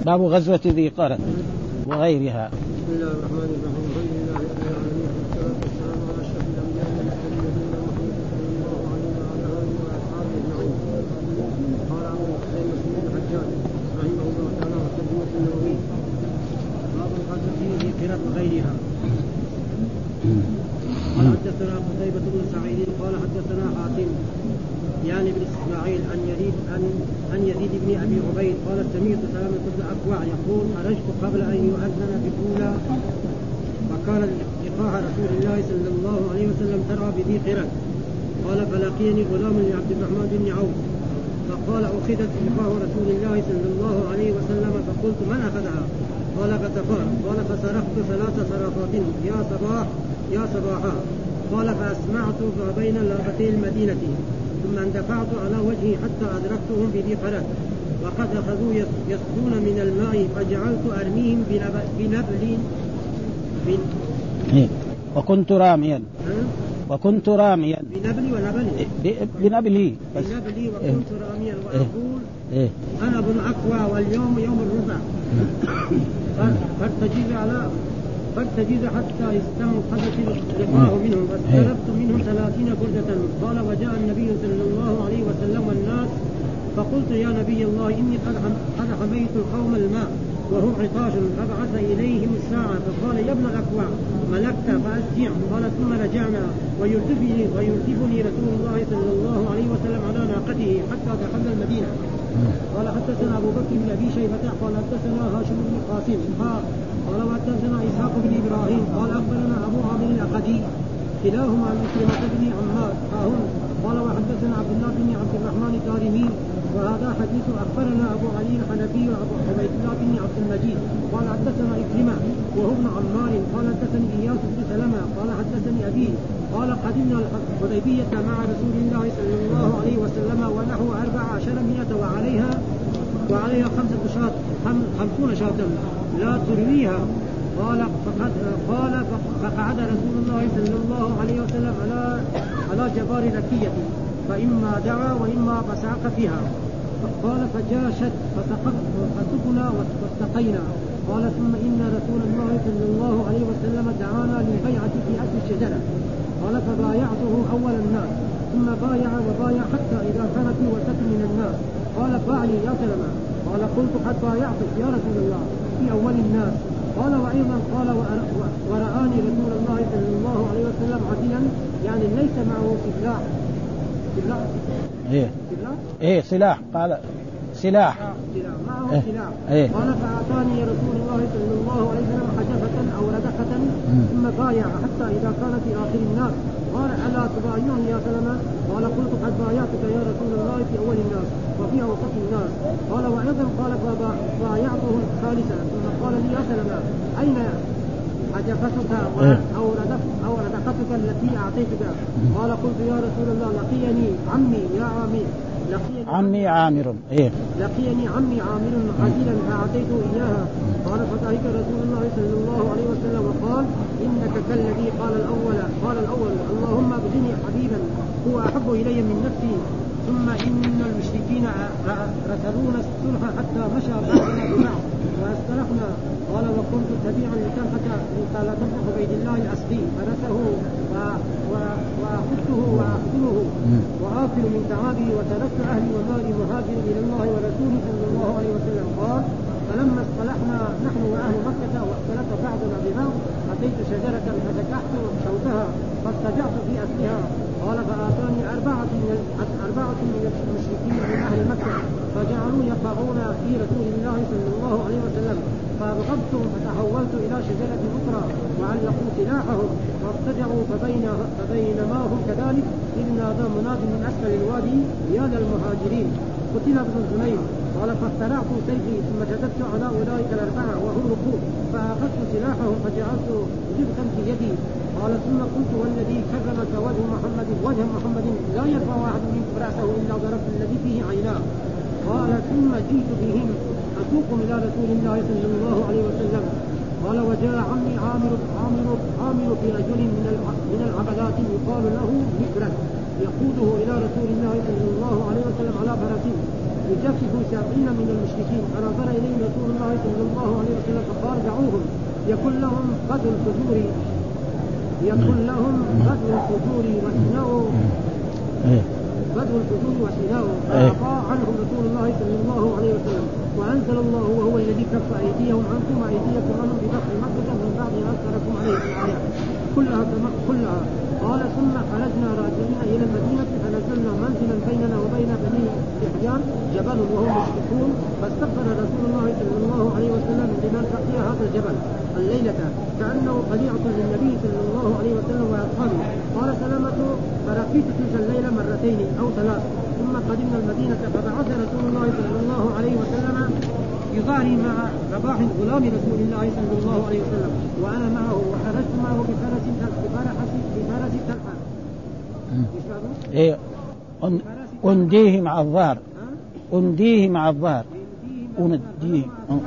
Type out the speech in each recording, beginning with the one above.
باب غزوة ذي قرن وغيرها. بسم الله الرحمن الرحيم. الحمد لله رب العالمين والصلاة والسلام على أشرف الأنبياء والمرسلين نبينا محمد صلى الله عليه وعلى آله وأصحابه أجمعين. قال أبو الحسين مسلم بن الحجاج رحمه الله تعالى والترجمة النووي باب الغزوة ذي قرن وغيرها. قال حدثنا قتيبة بن سعيد قال حدثنا حاتم يعني بن اسماعيل عن يزيد بن ابي عبيد قال سمعت سلامة بن الاكوع يقول خرجت قبل ان يؤذن بالاولى وكان لقاء رسول الله صلى الله عليه وسلم ترى بذي قرن. قال فلقيني غلام لعبد الرحمن بن عوف فقال اخذت لقاء رسول الله صلى الله عليه وسلم فقلت من اخذها؟ قال غطفان. قال فصرخت 3 صرخات يا صباحا. قال فاسمعت بين لابتي المدينة ثم اندفعت على وجهي حتى أدركتهم بذي قرن وقد أخذوا يصدون من الماء فجعلت أرميهم وكنت راميا بنبلي وكنت راميا وأقول أنا ابن أكوى واليوم يوم الربع فارتجز حتى استنقذت اللقاء منهم فاستلبت منهم 30 بردة. قال وجاء النبي صلى الله عليه وسلم والناس فقلت يا نبي الله إني قد حميت القوم الماء وهم عطاش فبعث إليهم الساعة فقال يا ابن الأكوع ملكت فأسجع. قال ثم رجعنا ويرتبني رسول الله صلى الله عليه وسلم على ناقته حتى دخلنا المدينة. قال حدثنا أبو بكر بن أبي شيبة قال حدثنا هاشم بن قاسم قال وحدثنا إسحاق بن إبراهيم قال أخبرنا أبو عامر الأقدي كلاهما عن مسلمة بن عمار قال وحدثنا عبد الله بن عبد الرحمن الدارمي وهذا حديث أخبرنا أبو علي الحنفي وأبو عبيد الله بن عبد المجيد قال حدثنا إكرمة وهو ابن عمار قال حدثني إياس بن سلمة قال حدثني أبي قال قدمنا الحديبية مع رسول الله صلى الله عليه وسلم ونحو 1400 وعليها 50 شاة لا ترويها. قال فقعد رسول الله صلى الله عليه وسلم على جبار ركية فإما دعا وإما فساق فيها. قال فجاشت فسقنا واستقينا. قال ثم إن رسول الله صلى الله عليه وسلم دعانا للبيعة في أصل الشجرة. قال فبايعته أول الناس ثم وبايع حتى إذا كانت وسط من الناس قال باعني يا سلمة. قال قلت قد بايعتك يا رسول الله في أول الناس. قال وأيضا قال ورآني رسول الله صلى الله عليه وسلم عدلا يعني ليس معه سلاح سلاح قال سلاح معه سلاح. قال فأعطاني رسول الله صلى الله عليه وسلم حجفة أو ردخة ثم بايع حتى إذا كان في آخر الناس. قال ألا تبايعني يا سلمة؟ قال قلت قد بايعتك يا رسول الله في أول الناس وفي أوسط الناس. قال وأيضا قال فبايعته ثالثا ثم قال لي يا سلمة أين حجفتك أو ردختك التي أعطيتك؟ قال قلت يا رسول الله لقيني عمي عامر لقيني عمي عامر عزيلا فأعطيته إياها. قال فضحك رسول الله صلى الله عليه وسلم وقال إنك كالذي قال الأول اللهم ابغني حبيبا هو أحب إلي من نفسي. ثم إن المشركين رسلونا الصلح حتى مشى بعضنا ببعض واسترقنا. قال وكنت تبيعا لطلحة عبيد الله الأسدي فرسه وأخذته وأخذله وآكل من تعابي وتركت أهلي ومالي مهاجر إلى الله ورسوله صلى الله عليه وسلم. قال فلما اصطلحنا نحن وأهل مكة واختلف بعضنا ببعض أتيت شجرة فسكحت شوكها فاستجعت في أصلها. قال فآتاني 4 من المشركين من أهل مكة فجعلوا يقعون في رسول الله صلى الله عليه وسلم فأبغضتهم فتحولت إلى شجرة أخرى وعلقوا سلاحهم وارتجعوا فبينما هم كذلك إذ نادى مناد من أسفل الوادي يا للمهاجرين قتل ابن الزنير. قال فاخترعت سيفي ثم شددت على أولئك 4 وهم ركوب فأخذت سلاحهم فجعلت جبتا في يدي. قال ثم قلت والذي كرمك وجه محمد لا يرفع أحد منكم رأسه إلا ضربت الذي فيه عيناه. قال ثم جئت بهم أسوقهم إلى رسول الله صلى الله عليه وسلم. قال وجاء عمي عامر في رجل من العبدات يقال له بكرا يقوده إلى رسول الله صلى الله عليه وسلم على فرس يجفف 70 من المشركين فنظر إليهم رسول الله صلى الله عليه وسلم فقال دعوهم يكن لهم غدو الفجور وحناؤوا بدء الفتور وحناؤه فأعطى عنهم رسول الله صلى الله عليه وسلم وأنزل الله وهو الذي كف أيديهم عنكم وأيديكم عنهم بفتح مكة من بعد ما أذكركم عليه الآيات كلها قال ثم خرجنا راجعين إلى المدينة فنزلنا منزلا بيننا وبين بني إحيان جبل وهم مشركون فاستغفر رسول الله صلى الله عليه وسلم لمن تحتها هذا الجبل الليلة كأنه قليعة للنبي صلى الله عليه وسلم وأصحابه. قال سلامة فرقيت تلك الليلة مرتين أو ثلاث ثم قدمنا المدينة فبعث رسول الله صلى الله عليه وسلم يضاري مع رباح غلام رسول الله صلى الله عليه وسلم وأنا معه وخرجت معه بفرس تلحى أنديه مع الظهر أنديه مع الظهر أنديه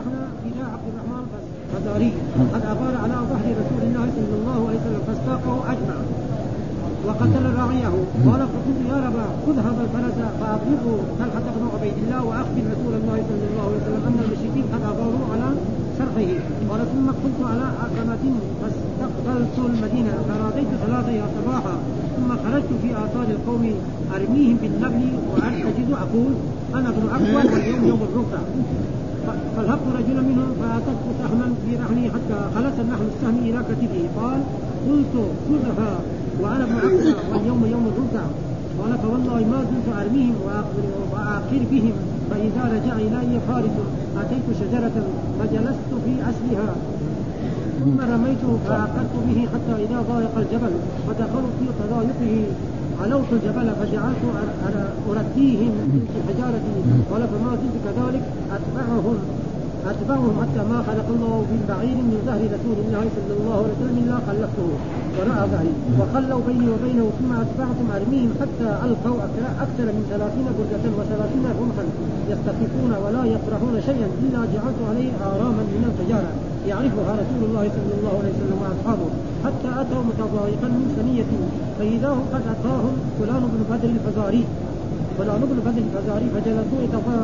فداري قد أغار على ظهر رسول الله صلى الله عليه وسلم فاستاقه أجمع وقتل راعيه. قال فقلت يا ربا خذ هذا الفرس فأطلقه طلحة بن عبيد الله وأخبر رسول الله صلى الله عليه وسلم أن المشركين قد أغاروا على شرحه. قال ثم قلت على عقبة فاستقبلت المدينة فراديت صلاتها صباحا ثم خرجت في آثار القوم أرميهم بالنبل وأرتجز أقول أنا ابن أكبر واليوم يوم الركع. فالهبت رجلا منهم فأتته سهما في رحلي حتى خلص النحل السهم إلى كتفه. قال قلت خذها وأنا ابن أكبر واليوم يوم الركع. قال فوالله ما زلت أرميهم وأعقر بهم فإذا رجع إلي فارس أتيت شجرة فجلست في أسلها ثم رميته فعقرت به حتى إذا ضايق الجبل ودخلت في تضايقه علوت الجبل فجعلت أرديهم في حجارتي. قال فما زلت كذلك أتبعهم حتى ما خلق الله في بعير من ظهر رسول الله صلى الله عليه وسلم إلا خلفته وراء ظهري وخلوا بيني وبينه ثم أتبعتم أرميهم حتى ألقوا أكثر من 30 بردة و30 رمحا يستخفون ولا يطرحون شيئا إلا جعلت عليه آراما من الحجارة يعرفها رسول الله صلى الله عليه وسلم وأصحابه حتى أتوا متضايقا من ثنية فإذا هم قد أتاهم فلان بن بدر الفزاري فجلسوا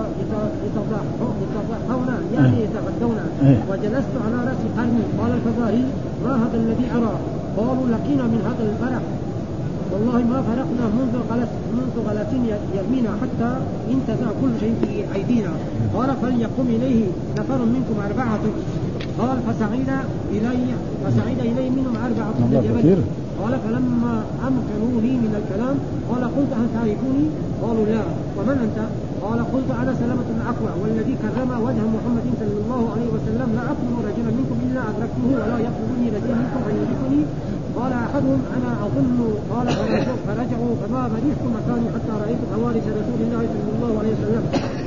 يتضاحون يعني يتغدون وجلست على رأس قرن. قال الفزاري ما هذا الذي أرى؟ قالوا لقينا من هذا البرح والله ما فرقنا منذ غلس يرمينا حتى انتزع كل شيء في أيدينا. قال فليقم إليه نفر منكم 4. قال فسعيد إلي منهم 4 من الجبل. قال فلما أمكنوني من الكلام قال قلت هل تعرفوني؟ قالوا لا. ومن أنت؟ قال قلت أنا سلامة الأكوع والذي كرم وجه محمد صلى الله عليه وسلم لا أقتل رجلا منكم إلا أدركته ولا يقتلني رجل منكم أن يدركني. قال أحدهم أنا أظن. قال فرجعوا فما بريحت مكاني حتى رأيت حوارث رسول الله صلى الله عليه وسلم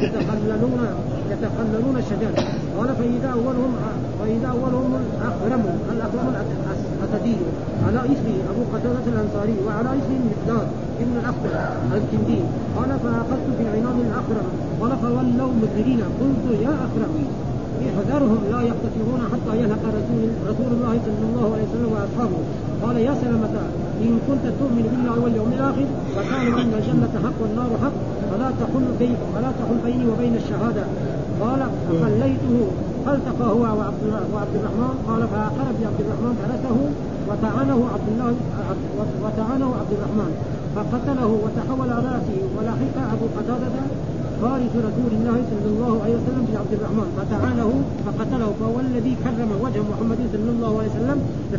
يتخللون الشجر. قال فإذا أولهم الأخرم الأسدي على اسمه أبو قتادة الأنصاري وعلى اسمه مقداد ابن الأخضر الكندي. قال فأخذت في عنان الأخرم. قال فولوا مدبرين. قلت يا أخرم احذرهم لا يقتتلون حتى يلحق رسول الله صلى الله عليه وسلم وأصحابه. قال يا سلمة إن كنت تؤمن بالله واليوم الآخر فقالوا أن الجنة حق والنار حق فلا تحل بيني وبين الشهادة. قال فخليته فالتقى هو وعبد الرحمن. قال فأعقر بعبد الرحمن فرسه وطعنه عبد الرحمن فقتله وتحول على رأسه ولحق أبو قتادة فارس رسول الله صلى الله عليه وسلم بعبد الرحمن فطعنه فقتله. فهو الذي كرم وجه محمد صلى الله عليه وسلم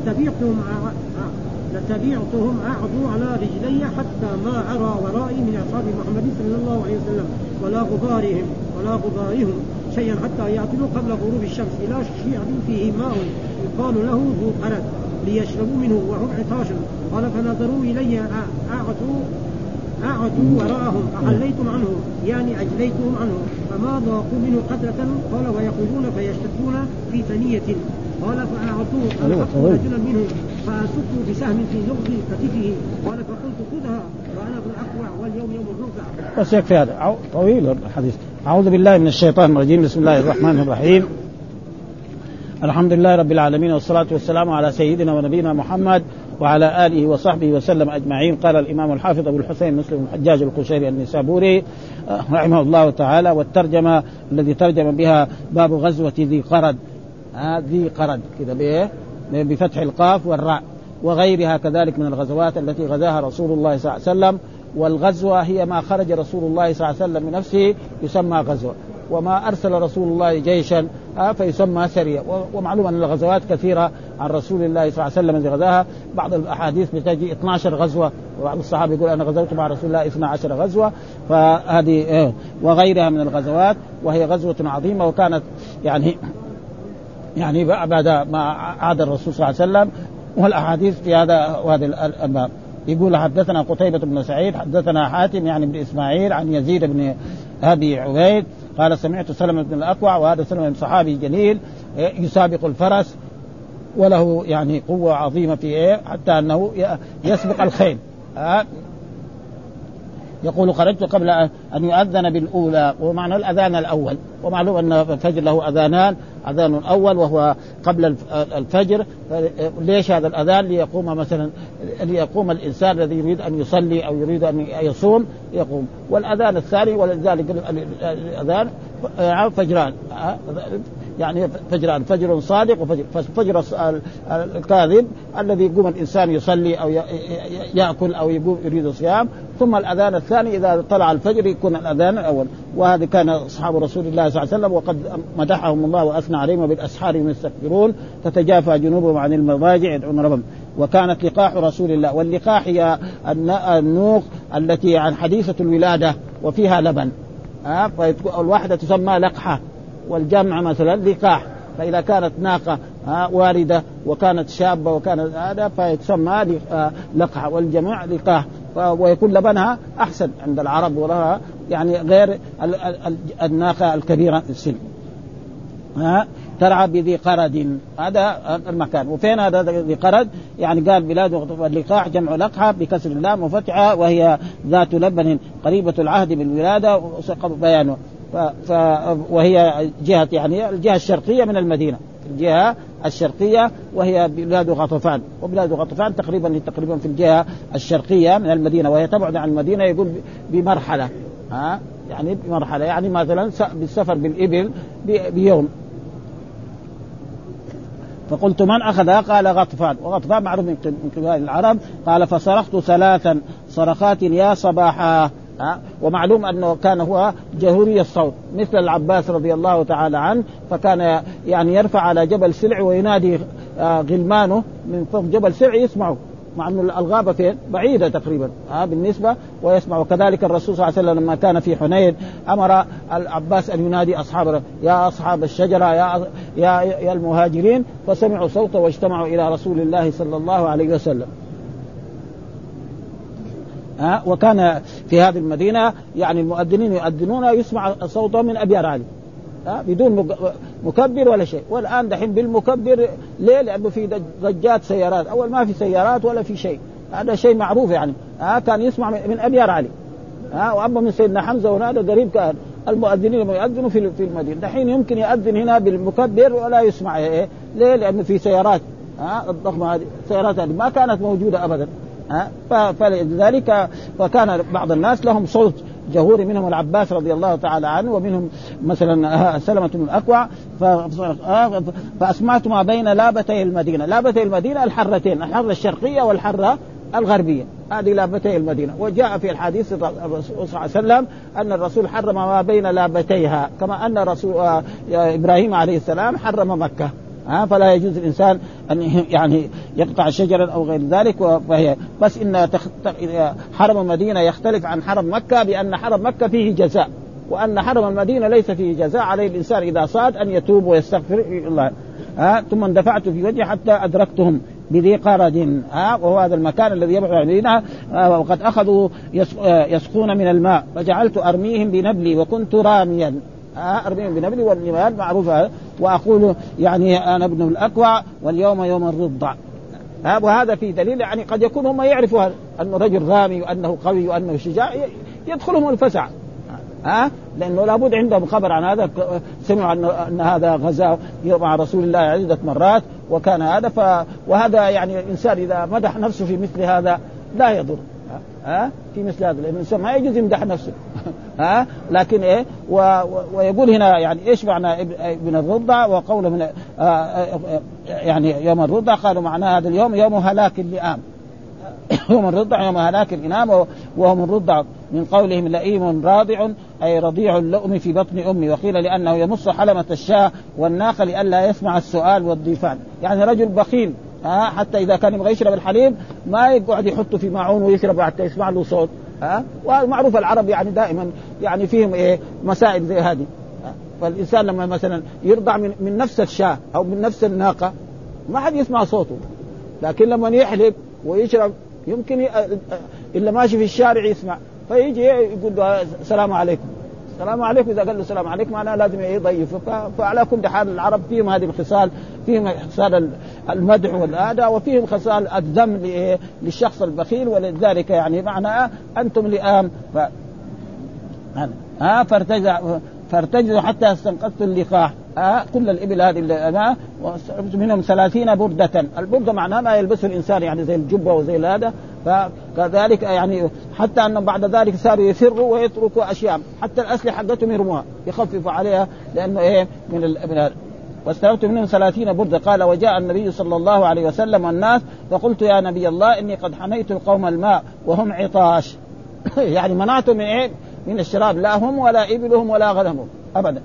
لتبعتهم أعضوا على رجلي حتى ما أرى ورائي من أصحاب محمد صلى الله عليه وسلم ولا غبارهم شيئا حتى يعطلوا قبل غروب الشمس إلى شيعب فيه ماء يقال له ذو قرد ليشربوا منه وهم عطاش. قال فنظروا إلي أعطوا وراءهم فحليتم عنه يعني أجليتهم عنه فما ضاقوا منه قدرة. قال ويقولون فيشتكون في ثنية. قال فأعطوا رجلا منهم فأسقوا بسهم في لغز كتفه. قال فقلت خذها وأنا ابن الأكوع واليوم يوم الركع. بس يكفي هذا طويل الحديث. أعوذ بالله من الشيطان الرجيم. بسم الله الرحمن الرحيم. الحمد لله رب العالمين والصلاة والسلام على سيدنا ونبينا محمد وعلى آله وصحبه وسلم أجمعين. قال الإمام الحافظ أبو الحسين مسلم الحجاج القشيري النسابوري رحمه الله تعالى: والترجمة الذي ترجم بها باب غزوة ذي قرد، ذي قرد كده بفتح القاف والراء، وغيرها كذلك من الغزوات التي غزاها رسول الله صلى الله عليه وسلم. والغزوة هي ما خرج رسول الله صلى الله عليه وسلم من نفسه يسمى غزوة، وما أرسل رسول الله جيشا فيسمى سرية. ومعلوم أن الغزوات كثيرة عن رسول الله صلى الله عليه وسلم الذي غزاها. بعض الأحاديث بتجي 12 غزوة، وبعض الصحابة يقول أنا غزوت مع رسول الله 12 غزوة. فهذه وغيرها من الغزوات، وهي غزوة عظيمة، وكانت يعني بعد ما عاد الرسول صلى الله عليه وسلم. والأحاديث في هذا الباب يقول: حدثنا قتيبة بن سعيد حدثنا حاتم يعني بن إسماعيل عن يزيد بن أبي عبيد قال: سمعت سلمة بن الأكوع، وهذا سلمة بن صحابي جليل يسابق الفرس، وله يعني قوة عظيمة في حتى أنه يسبق الخيل. يقول: خرجت قبل أن يؤذن بالأولى، ومعنى الأذان الأول. ومعلوم أن الفجر له أذانان، أذان أول وهو قبل الفجر. ليش هذا الأذان؟ ليقوم الإنسان الذي يريد أن يصلي أو يريد أن يصوم يقوم. والأذان الثاني، ولذلك الأذان فجران، يعني فجران: فجر صادق وفجر الكاذب الذي يقوم الإنسان يصلي أو يأكل أو يقوم يريد الصيام. ثم الأذان الثاني إذا طلع الفجر يكون الأذان الأول. وهذا كان أصحاب رسول الله صلى الله عليه وسلم، وقد مدحهم الله وأثنى عليهم: وبالأسحار هم يستغفرون تتجافى جنوبهم عن المضاجع يدعون ربهم. وكانت لقاح رسول الله، واللقاح هي النوق التي عن حديثة الولادة وفيها لبن، الواحدة تسمى لقحة، والجمع مثلا لقاح. فإذا كانت ناقة واردة وكانت شابة وكانت هذا فيتسمى لقحة، والجمع لقاح. ويكون لبنها أحسن عند العرب، ولها يعني غير الناقة الكبيرة في السن. ترعى بذي قرد، هذا المكان. وفين هذا ذي قرد؟ يعني قال بلاد اللقاح جمع لقحة بكسر اللام وفتحها، وهي ذات لبن قريبة العهد بالولادة، وسقط بيانه. وهي جهة يعني الجهة الشرقية من المدينة، الجهة الشرقية، وهي بلاد غطفان. وبلاد غطفان تقريبا في الجهة الشرقية من المدينة، وهي تبعد عن المدينة يقول بمرحلة، يعني بمرحلة، يعني مثلا بالسفر بالإبل بيوم. فقلت: من أخذها؟ قال: غطفان. وغطفان معروف من قبائل العرب. قال: فصرخت 3 صرخات يا صباحا. ومعلوم أنه كان هو جهوري الصوت مثل العباس رضي الله تعالى عنه، فكان يعني يرفع على جبل سلع وينادي غلمانه من فوق جبل سلع يسمعوا، مع أن الغابة فين بعيدة تقريبا بالنسبة ويسمع. وكذلك الرسول صلى الله عليه وسلم لما كان في حنين أمر العباس أن ينادي أصحابه: يا أصحاب الشجرة يا المهاجرين، فسمعوا صوته واجتمعوا إلى رسول الله صلى الله عليه وسلم. وكان في هذه المدينة يعني المؤذنين يؤذنون يسمع صوتهم من أبيار عالي بدون مكبر ولا شيء. والآن دحين بالمكبر. ليه؟ لأنه في ضجات سيارات، أول ما في سيارات ولا في شيء، هذا شيء معروف يعني. كان يسمع من أبيار عالي. وأما من سيدنا حمزة وهذا قريب كان المؤذنين لما يؤذنوا في المدينة، دحين يمكن يؤذن هنا بالمكبر ولا يسمع. ليه؟ لأنه في سيارات الضخمة هذه، سيارات هذه ما كانت موجودة أبدا. فلذلك فكان بعض الناس لهم صوت جهوري، منهم العباس رضي الله تعالى عنه، ومنهم مثلا سلمة بن الأكوع. فأسمعت ما بين لابتي المدينة. لابتي المدينة الحرتين، الحرة الشرقية والحرة الغربية، هذه لابتي المدينة. وجاء في الحديث الرسول صلى الله عليه وسلم أن الرسول حرم ما بين لابتيها، كما أن رسول إبراهيم عليه السلام حرم مكة. فلا يجوز الإنسان أن يعني يقطع شجرا أو غير ذلك. وهي بس إن حرم المدينة يختلف عن حرم مكة، بأن حرم مكة فيه جزاء، وأن حرم المدينة ليس فيه جزاء. عليه الإنسان إذا صاد أن يتوب ويستغفر الله. ثم اندفعت في وجهي حتى أدركتهم بذي قرد، وهو هذا المكان الذي يبعد عن المدينة. وقد أخذوا يسقون من الماء، فجعلت أرميهم بنبلي وكنت راميا. أرميهم بنبلي، والنبال معروفة. وأقول يعني أنا ابن الأكوع واليوم يوم الرضع. وهذا في دليل يعني قد يكون هم يعرفوا أنه رجل رامي وأنه قوي وأنه شجاع، يدخلهم الفزع. لأنه لابد عندهم خبر عن هذا، سمعوا أن هذا غزا مع رسول الله عدة مرات وكان هذا وهذا يعني الإنسان إذا مدح نفسه في مثل هذا لا يضر في مثل هذا، لأن الإنسان ما يجوز يمدح نفسه لكن إيه ويقول هنا يعني إيش معنى ابن الرضع وقوله من يعني يوم الرضع، قالوا معناه هذا اليوم يوم هلاك اللئام يوم الرضع يوم هلاك الإنام، وهم الرضع من قولهم لئيم راضع أي رضيع اللؤم في بطن أمي، وقيل لأنه يمص حلمة الشاة والناقة لئلا يسمع السؤال والضيفان، يعني رجل بخيل حتى إذا كان يبغى يشرب الحليب ما يقعد يحطه في معون ويشرب حتى يسمع له صوت ومعروف العرب يعني دائما يعني فيهم إيه مسائل زي هذه. فالإنسان لما مثلا يرضع من نفس الشاة أو من نفس الناقة ما حد يسمع صوته، لكن لما يحلب ويشرب يمكن إلا ماشي في الشارع يسمع، فيجي يقول له السلام عليكم السلام عليكم، إذا قال له السلام عليكم معناه لازم يضيف. فعلى كل حال العرب فيهم هذه الخصال، فيهم خصال المدح والآداء وفيهم خصال الذم للشخص البخيل، ولذلك يعني معنى أنتم لئام فارتجزوا حتى استنقذتوا اللقاح كل الإبل هذه اللي منهم 30 بردة. البردة معناها ما يلبسه الإنسان يعني زي الجبة وزي هذا، فكذلك يعني حتى أنهم بعد ذلك صاروا يفروا ويتركوا أشياء حتى الأسلحة حقتهم يرموها يخففوا عليها لأنه إيه من واستلمت منهم 30 بردة. قال وجاء النبي صلى الله عليه وسلم والناس فقلت يا نبي الله إني قد حنيت القوم الماء وهم عطاش يعني منعتهم من إيه من الشراب، لا هم ولا إبلهم ولا غنمهم أبدا.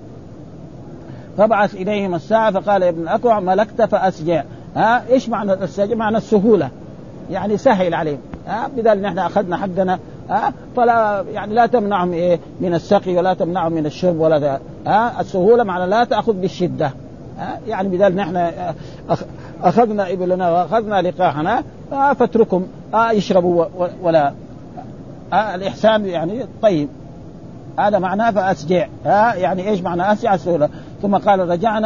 فبعث إليهم الساعة فقال يا ابن الأكوع ملكت فأسجع. إيش معنى السجع؟ معنى السهولة، يعني سهل عليهم بدل نحن أخذنا حقنا فلا يعني لا تمنعهم إيه من السقي ولا تمنعهم من الشرب ولا ذا السهولة معنى لا تأخذ بالشدة يعني بدل نحن أخذنا إبلنا وأخذنا لقاحنا فاتركهم يشربوا ولا الإحسان يعني طيب، هذا معناه فأسجع يعني إيش معنى أسجع السهولة. ثم قال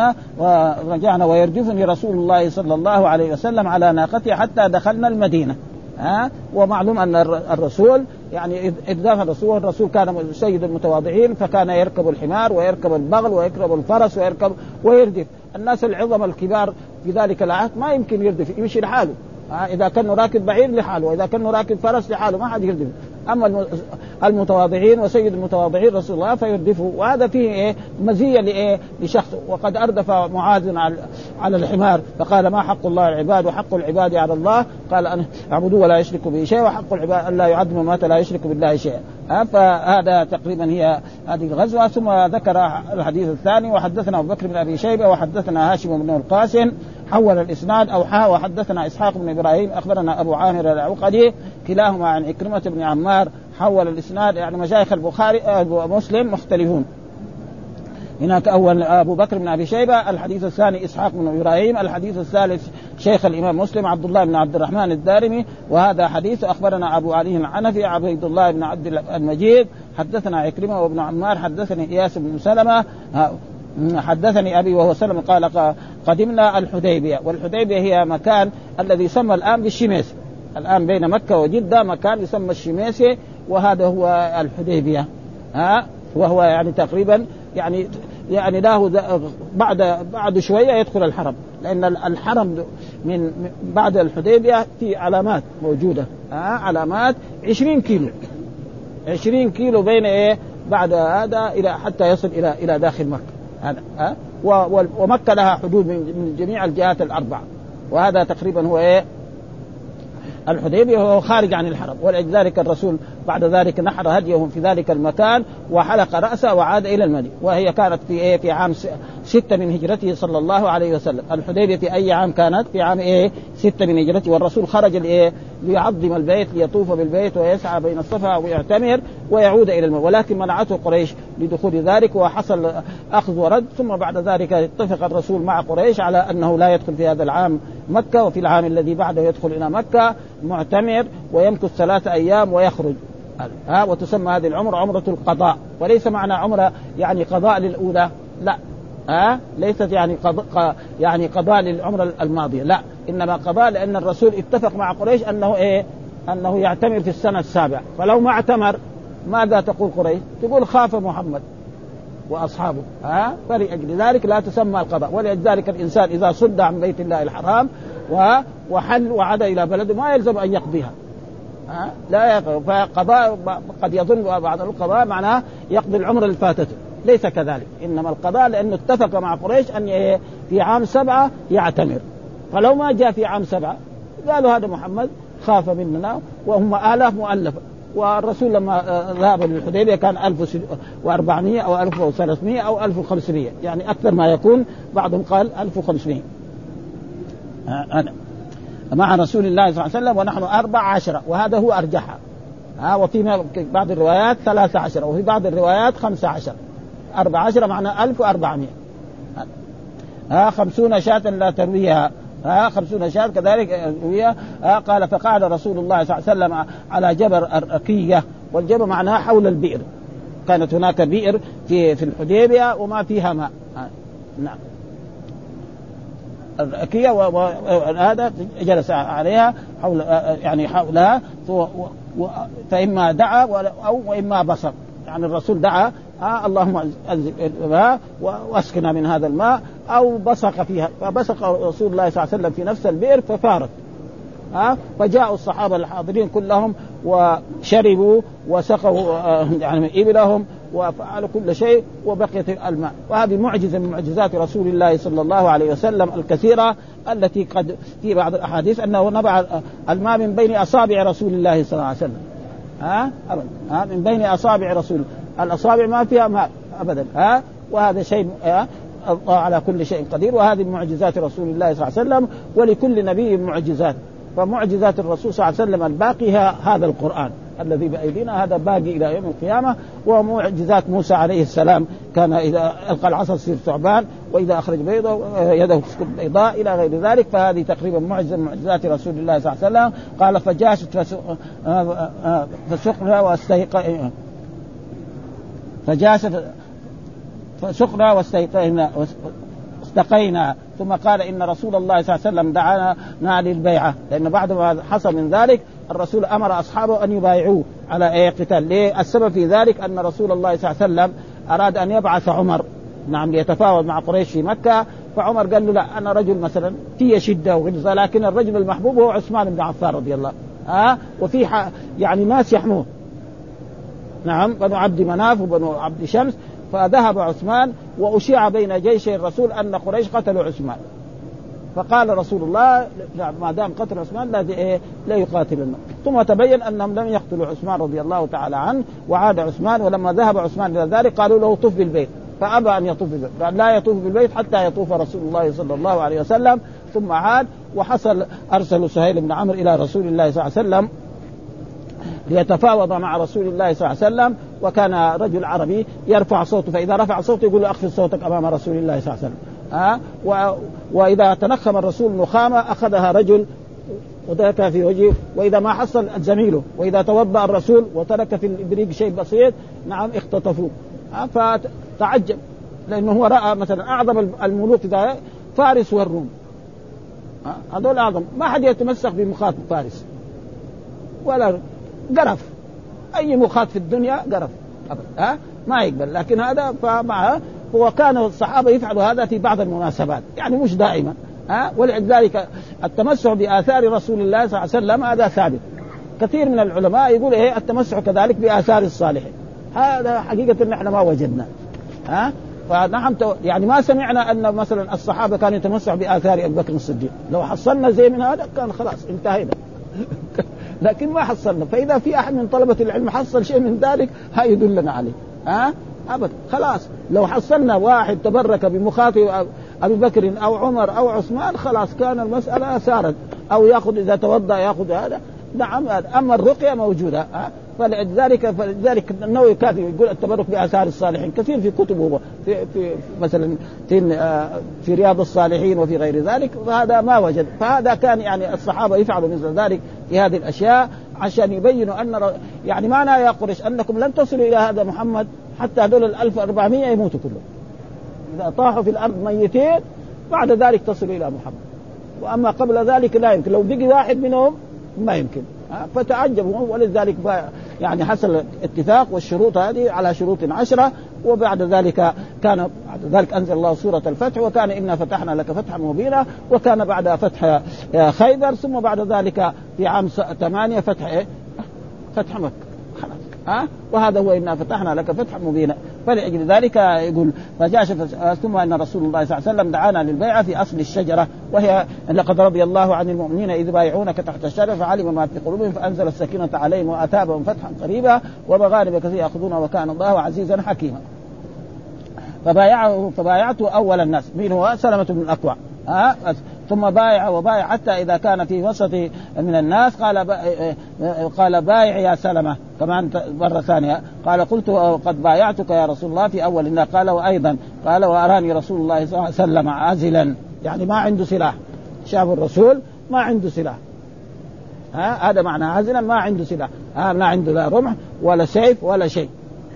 رجعنا ويردفني رسول الله صلى الله عليه وسلم على ناقته حتى دخلنا المدينة ومعلوم أن الرسول يعني إذ دخل الرسول كان سيد المتواضعين، فكان يركب الحمار ويركب البغل ويركب الفرس ويردف. الناس العظم الكبار في ذلك العهد ما يمكن يردف، يمشي لحاله إذا كان راكب بعير لحاله وإذا كان راكب فرس لحاله ما حد يردف. أما المتواضعين وسيد المتواضعين رسول الله فيردفه، وهذا فيه إيه مزية لإيه لشخص. وقد أردف معاذ على الحمار فقال ما حق الله العباد وحق العباد على الله؟ قال أن يعبدوا ولا يشركوا به شيء وحق العباد أن لا يعظموا ما لا يشركوا بالله شيئا. فهذا تقريبا هي هذه الغزوة. ثم ذكر الحديث الثاني وحدثنا أبو بكر بن أبي شيبة وحدثنا هاشم بن القاسم حول الإسناد أو وحدثنا إسحاق بن إبراهيم أخبرنا أبو عامر العقدي كلاهما عن عكرمة بن عمار حول الإسناد، يعني مشايخ البخاري ومسلم مختلفون. هناك أول أبو بكر بن أبي شيبة، الحديث الثاني إسحاق بن إبراهيم، الحديث الثالث شيخ الإمام مسلم عبد الله بن عبد الرحمن الدارمي، وهذا حديث أخبرنا أبو علي العنفي عبد الله بن عبد المجيد حدثنا عكرمة وابن عمار حدثني إياس بن سلمة حدثني أبي وهو سلم قال قدمنا الحديبية، والحديبية هي مكان الذي يسمى الآن بالشميس، الآن بين مكة وجدة مكان يسمى الشميسي، وهذا هو الحديبية وهو يعني تقريبا يعني له بعد شوية يدخل الحرم، لأن الحرم من بعد الحديبية في علامات موجودة علامات 20 كيلو بين إيه بعد هذا إلى حتى يصل إلى داخل مكة هذا ومكة لها حدود من جميع الجهات الأربعة، وهذا تقريبا هو إيه الحديبية وهو خارج عن الحرم. ولذلك الرسول بعد ذلك نحر هديه في ذلك المكان وحلق رأسه وعاد إلى المدينة، وهي كانت في عام 6 من هجرته صلى الله عليه وسلم. الحديبية في أي عام كانت؟ في عام 6 من هجرته، والرسول خرج ليعظم البيت ليطوف بالبيت ويسعى بين الصفا ويعتمر ويعود إلى المدينة، ولكن منعته قريش لدخول ذلك وحصل أخذ ورد. ثم بعد ذلك اتفق الرسول مع قريش على أنه لا يدخل في هذا العام مكة، وفي العام الذي بعده يدخل إلى مكة معتمر ويمكث 3 أيام ويخرج. وتسمى هذه العمرة عمرة القضاء، وليس معنى عمرة يعني قضاء للأولى، لا ليست يعني قضاء للعمرة الماضية، لا إنما قضاء لأن الرسول اتفق مع قريش أنه يعتمر في السنة 7، فلو ما اعتمر ماذا تقول قريش؟ تقول خاف محمد وأصحابه، فلأجل ذلك لا تسمى القضاء. ولذلك الإنسان إذا صد عن بيت الله الحرام وحل وعاد إلى بلده ما يلزم أن يقضيها، لا فقضاء قد يظن بعض القضاء معناه يقضي العمر اللي فاتته، ليس كذلك. إنما القضاء لأنه اتفق مع قريش أن في عام 7 يعتمر، فلو ما جاء في عام 7 قالوا هذا محمد خاف مننا، وهم آلاف مؤلفة. والرسول لما ذهب للحديبية كان 1400 أو 1300 أو 1500، يعني أكثر ما يكون، بعضهم قال 1500 مع رسول الله صلى الله عليه وسلم، ونحن 14، وهذا هو أرجحها. وفي بعض الروايات 13، وفي بعض الروايات 15. 14 معنى 1400. 50 شاة لا ترويها، 50 شاة كذلك رويها. قال فقعد رسول الله صلى الله عليه وسلم على جبر الركية، والجبر معناها حول البئر، كانت هناك بئر في الحديبية وما فيها ماء. نعم الركية، وهذا جلس عليها حول، يعني حولها، فإما دعا وإما بصق، يعني الرسول دعا اللهم واسقنا من هذا الماء، أو بصق فيها، فبصق رسول الله صلى الله عليه وسلم في نفس البئر ففارت. فجاءوا الصحابة الحاضرين كلهم وشربوا وسقوا يعني إبلهم وفعلوا كل شيء وبقيت الماء. وهذه معجزة من معجزات رسول الله صلى الله عليه وسلم الكثيرة، التي قد في بعض الأحاديث أنه نبع الماء من بين أصابع رسول الله صلى الله عليه وسلم. من بين أصابع رسول، الأصابع ما فيها ماء أبدا. وهذا شيء الله على كل شيء قدير، وهذه معجزات رسول الله صلى الله عليه وسلم، ولكل نبي معجزات. فمعجزات الرسول صلى الله عليه وسلم الباقي هذا القرآن الذي بأيدينا، هذا باقي إلى يوم القيامة. ومعجزات موسى عليه السلام، كان إذا ألقى العصا تصير ثعبان، وإذا أخرج بيضة يده تسكب بيضاء إلى غير ذلك. فهذه تقريبا معجزة من معجزات رسول الله صلى الله عليه وسلم. قال فجاشت فسقنا فسقنا واستقينا. ثم قال إن رسول الله صلى الله عليه وسلم دعانا للبيعة، لأن بعد ما حصل من ذلك الرسول أمر أصحابه أن يبايعوه على قتال. ليه؟ السبب في ذلك أن رسول الله صلى الله عليه وسلم أراد أن يبعث عمر ليتفاوض مع قريش في مكة. فعمر قال له لا، أنا رجل مثلا في شدة وغلظة، لكن الرجل المحبوب هو عثمان بن عفان رضي الله، وفي يعني ناس يحموه، نعم، بنو عبد مناف وبنو عبد شمس. فذهب عثمان وأشيع بين جيشي الرسول أن قريش قتلوا عثمان. فقال رسول الله ما دام قتل عثمان لا يقاتلنا. ثم تبين أنهم لم يقتلوا عثمان رضي الله تعالى عنه، وعاد عثمان. ولما ذهب عثمان إلى ذلك قالوا له طف بالبيت، فأبى أن يطوف بالبيت، قال لا يطوف بالبيت حتى يطوف رسول الله صلى الله عليه وسلم. ثم عاد وحصل أرسل سهيل بن عمرو إلى رسول الله صلى الله عليه وسلم ليتفاوض مع رسول الله صلى الله عليه وسلم. وكان رجل عربي يرفع صوته، فإذا رفع صوته يقول له أخفض صوتك أمام رسول الله صلى الله عليه وسلم. وإذا تنخم الرسول نخامة أخذها رجل وترك في وجهه، وإذا ما حصل زميله، وإذا توضأ الرسول وترك في الإبريق شيء بسيط، نعم، اختطفوه. فتعجب، لأنه هو رأى مثلا أعظم الملوك فارس والروم، هذول أعظم، ما حد يتمسك بمخاط فارس ولا قرف، أي مخاط في الدنيا قرف أبدا، ما يقبل. لكن هذا فمعه، وكان الصحابة يفعلوا هذا في بعض المناسبات، يعني مش دائما. ولذلك التمسح بآثار رسول الله صلى الله عليه وسلم هذا ثابت. كثير من العلماء يقول التمسح كذلك بآثار الصالحين، هذا حقيقة نحن ما وجدنا. فنحن يعني ما سمعنا أن مثلا الصحابة كانوا يتمسحوا بآثار أبي بكر الصديق. لو حصلنا زي من هذا كان خلاص انتهينا. لكن ما حصلنا. فإذا في أحد من طلبة العلم حصل شيء من ذلك ها يدلنا عليه، أبدا خلاص. لو حصلنا واحد تبرك بمخاطب أبي بكر أو عمر أو عثمان خلاص كان المسألة سارت، أو يأخذ إذا توضأ يأخذ هذا، نعم. أما الرقية موجودة. فلذلك النووي كان يقول التبرك بآثار الصالحين كثير في كتبه، في مثلا في رياض الصالحين وفي غير ذلك، فهذا ما وجد. فهذا كان يعني الصحابة يفعلوا مثل ذلك في هذه الأشياء عشان يبينوا أن يعني معنى يا قريش أنكم لن تصلوا إلى هذا محمد حتى هذول 1400 يموتوا كلهم. إذا طاحوا في الأرض ميتين بعد ذلك تصلوا إلى محمد، وأما قبل ذلك لا يمكن. لو بقي واحد منهم ما يمكن. فتعجبوا. ولذلك يعني حصل اتفاق، والشروط هذه على شروط 10. وبعد ذلك بعد ذلك أنزل الله سورة الفتح، وكان إنا فتحنا لك فتحا مبينا، وكان بعد فتح خيبر، ثم بعد ذلك في عام 8 فتح مكة. وهذا هو إنا فتحنا لك فتحا مبينا. فلأجل ذلك يقول فجاء ثم أن رسول الله صلى الله عليه وسلم دعانا للبيعة في أصل الشجرة، وهي لقد رضي الله عن المؤمنين إذ بايعونك تحت الشجرة فعلم ما في قلوبهم فأنزل السكينة عليهم وأثابهم فتحا قريبا ومغانم كثيرة يأخذونها وكان الله عزيزا حكيما. فبايعته أول الناس من هو سلمة بن الأكوع، ثم بايع حتى إذا كان في وسط من الناس قال بايع يا سلمة كمان مرة ثانية. قال قلت قد بايعتك يا رسول الله في أول الناس. قال وأيضا قال وأراني رسول الله صلى الله عليه وسلم عازلا، يعني ما عنده سلاح. شاف الرسول ما عنده سلاح، هذا معنى عازلا، ما عنده سلاح، ما عنده لا رمح ولا سيف ولا شيء.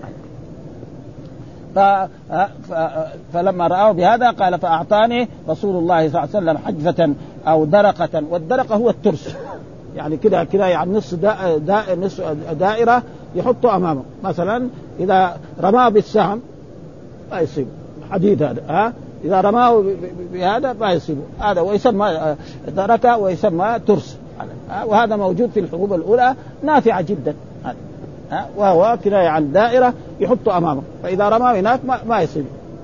فلما رأوا بهذا قال فأعطاني رسول الله صلى الله عليه وسلم حجفة أو درقة، والدرقة هو الترس، يعني كده يعني نص دائرة يحطه أمامه. مثلا إذا رماه بالسهم ما يصيب حديد هذا، إذا رماه بهذا ما يصيبه هذا، ويسمى درقة ويسمى ترس. وهذا موجود في الحروب الأولى، نافعة جدا، وهو كناية عن دائرة يحطه أمامه، فإذا رماه هناك ما يصيب.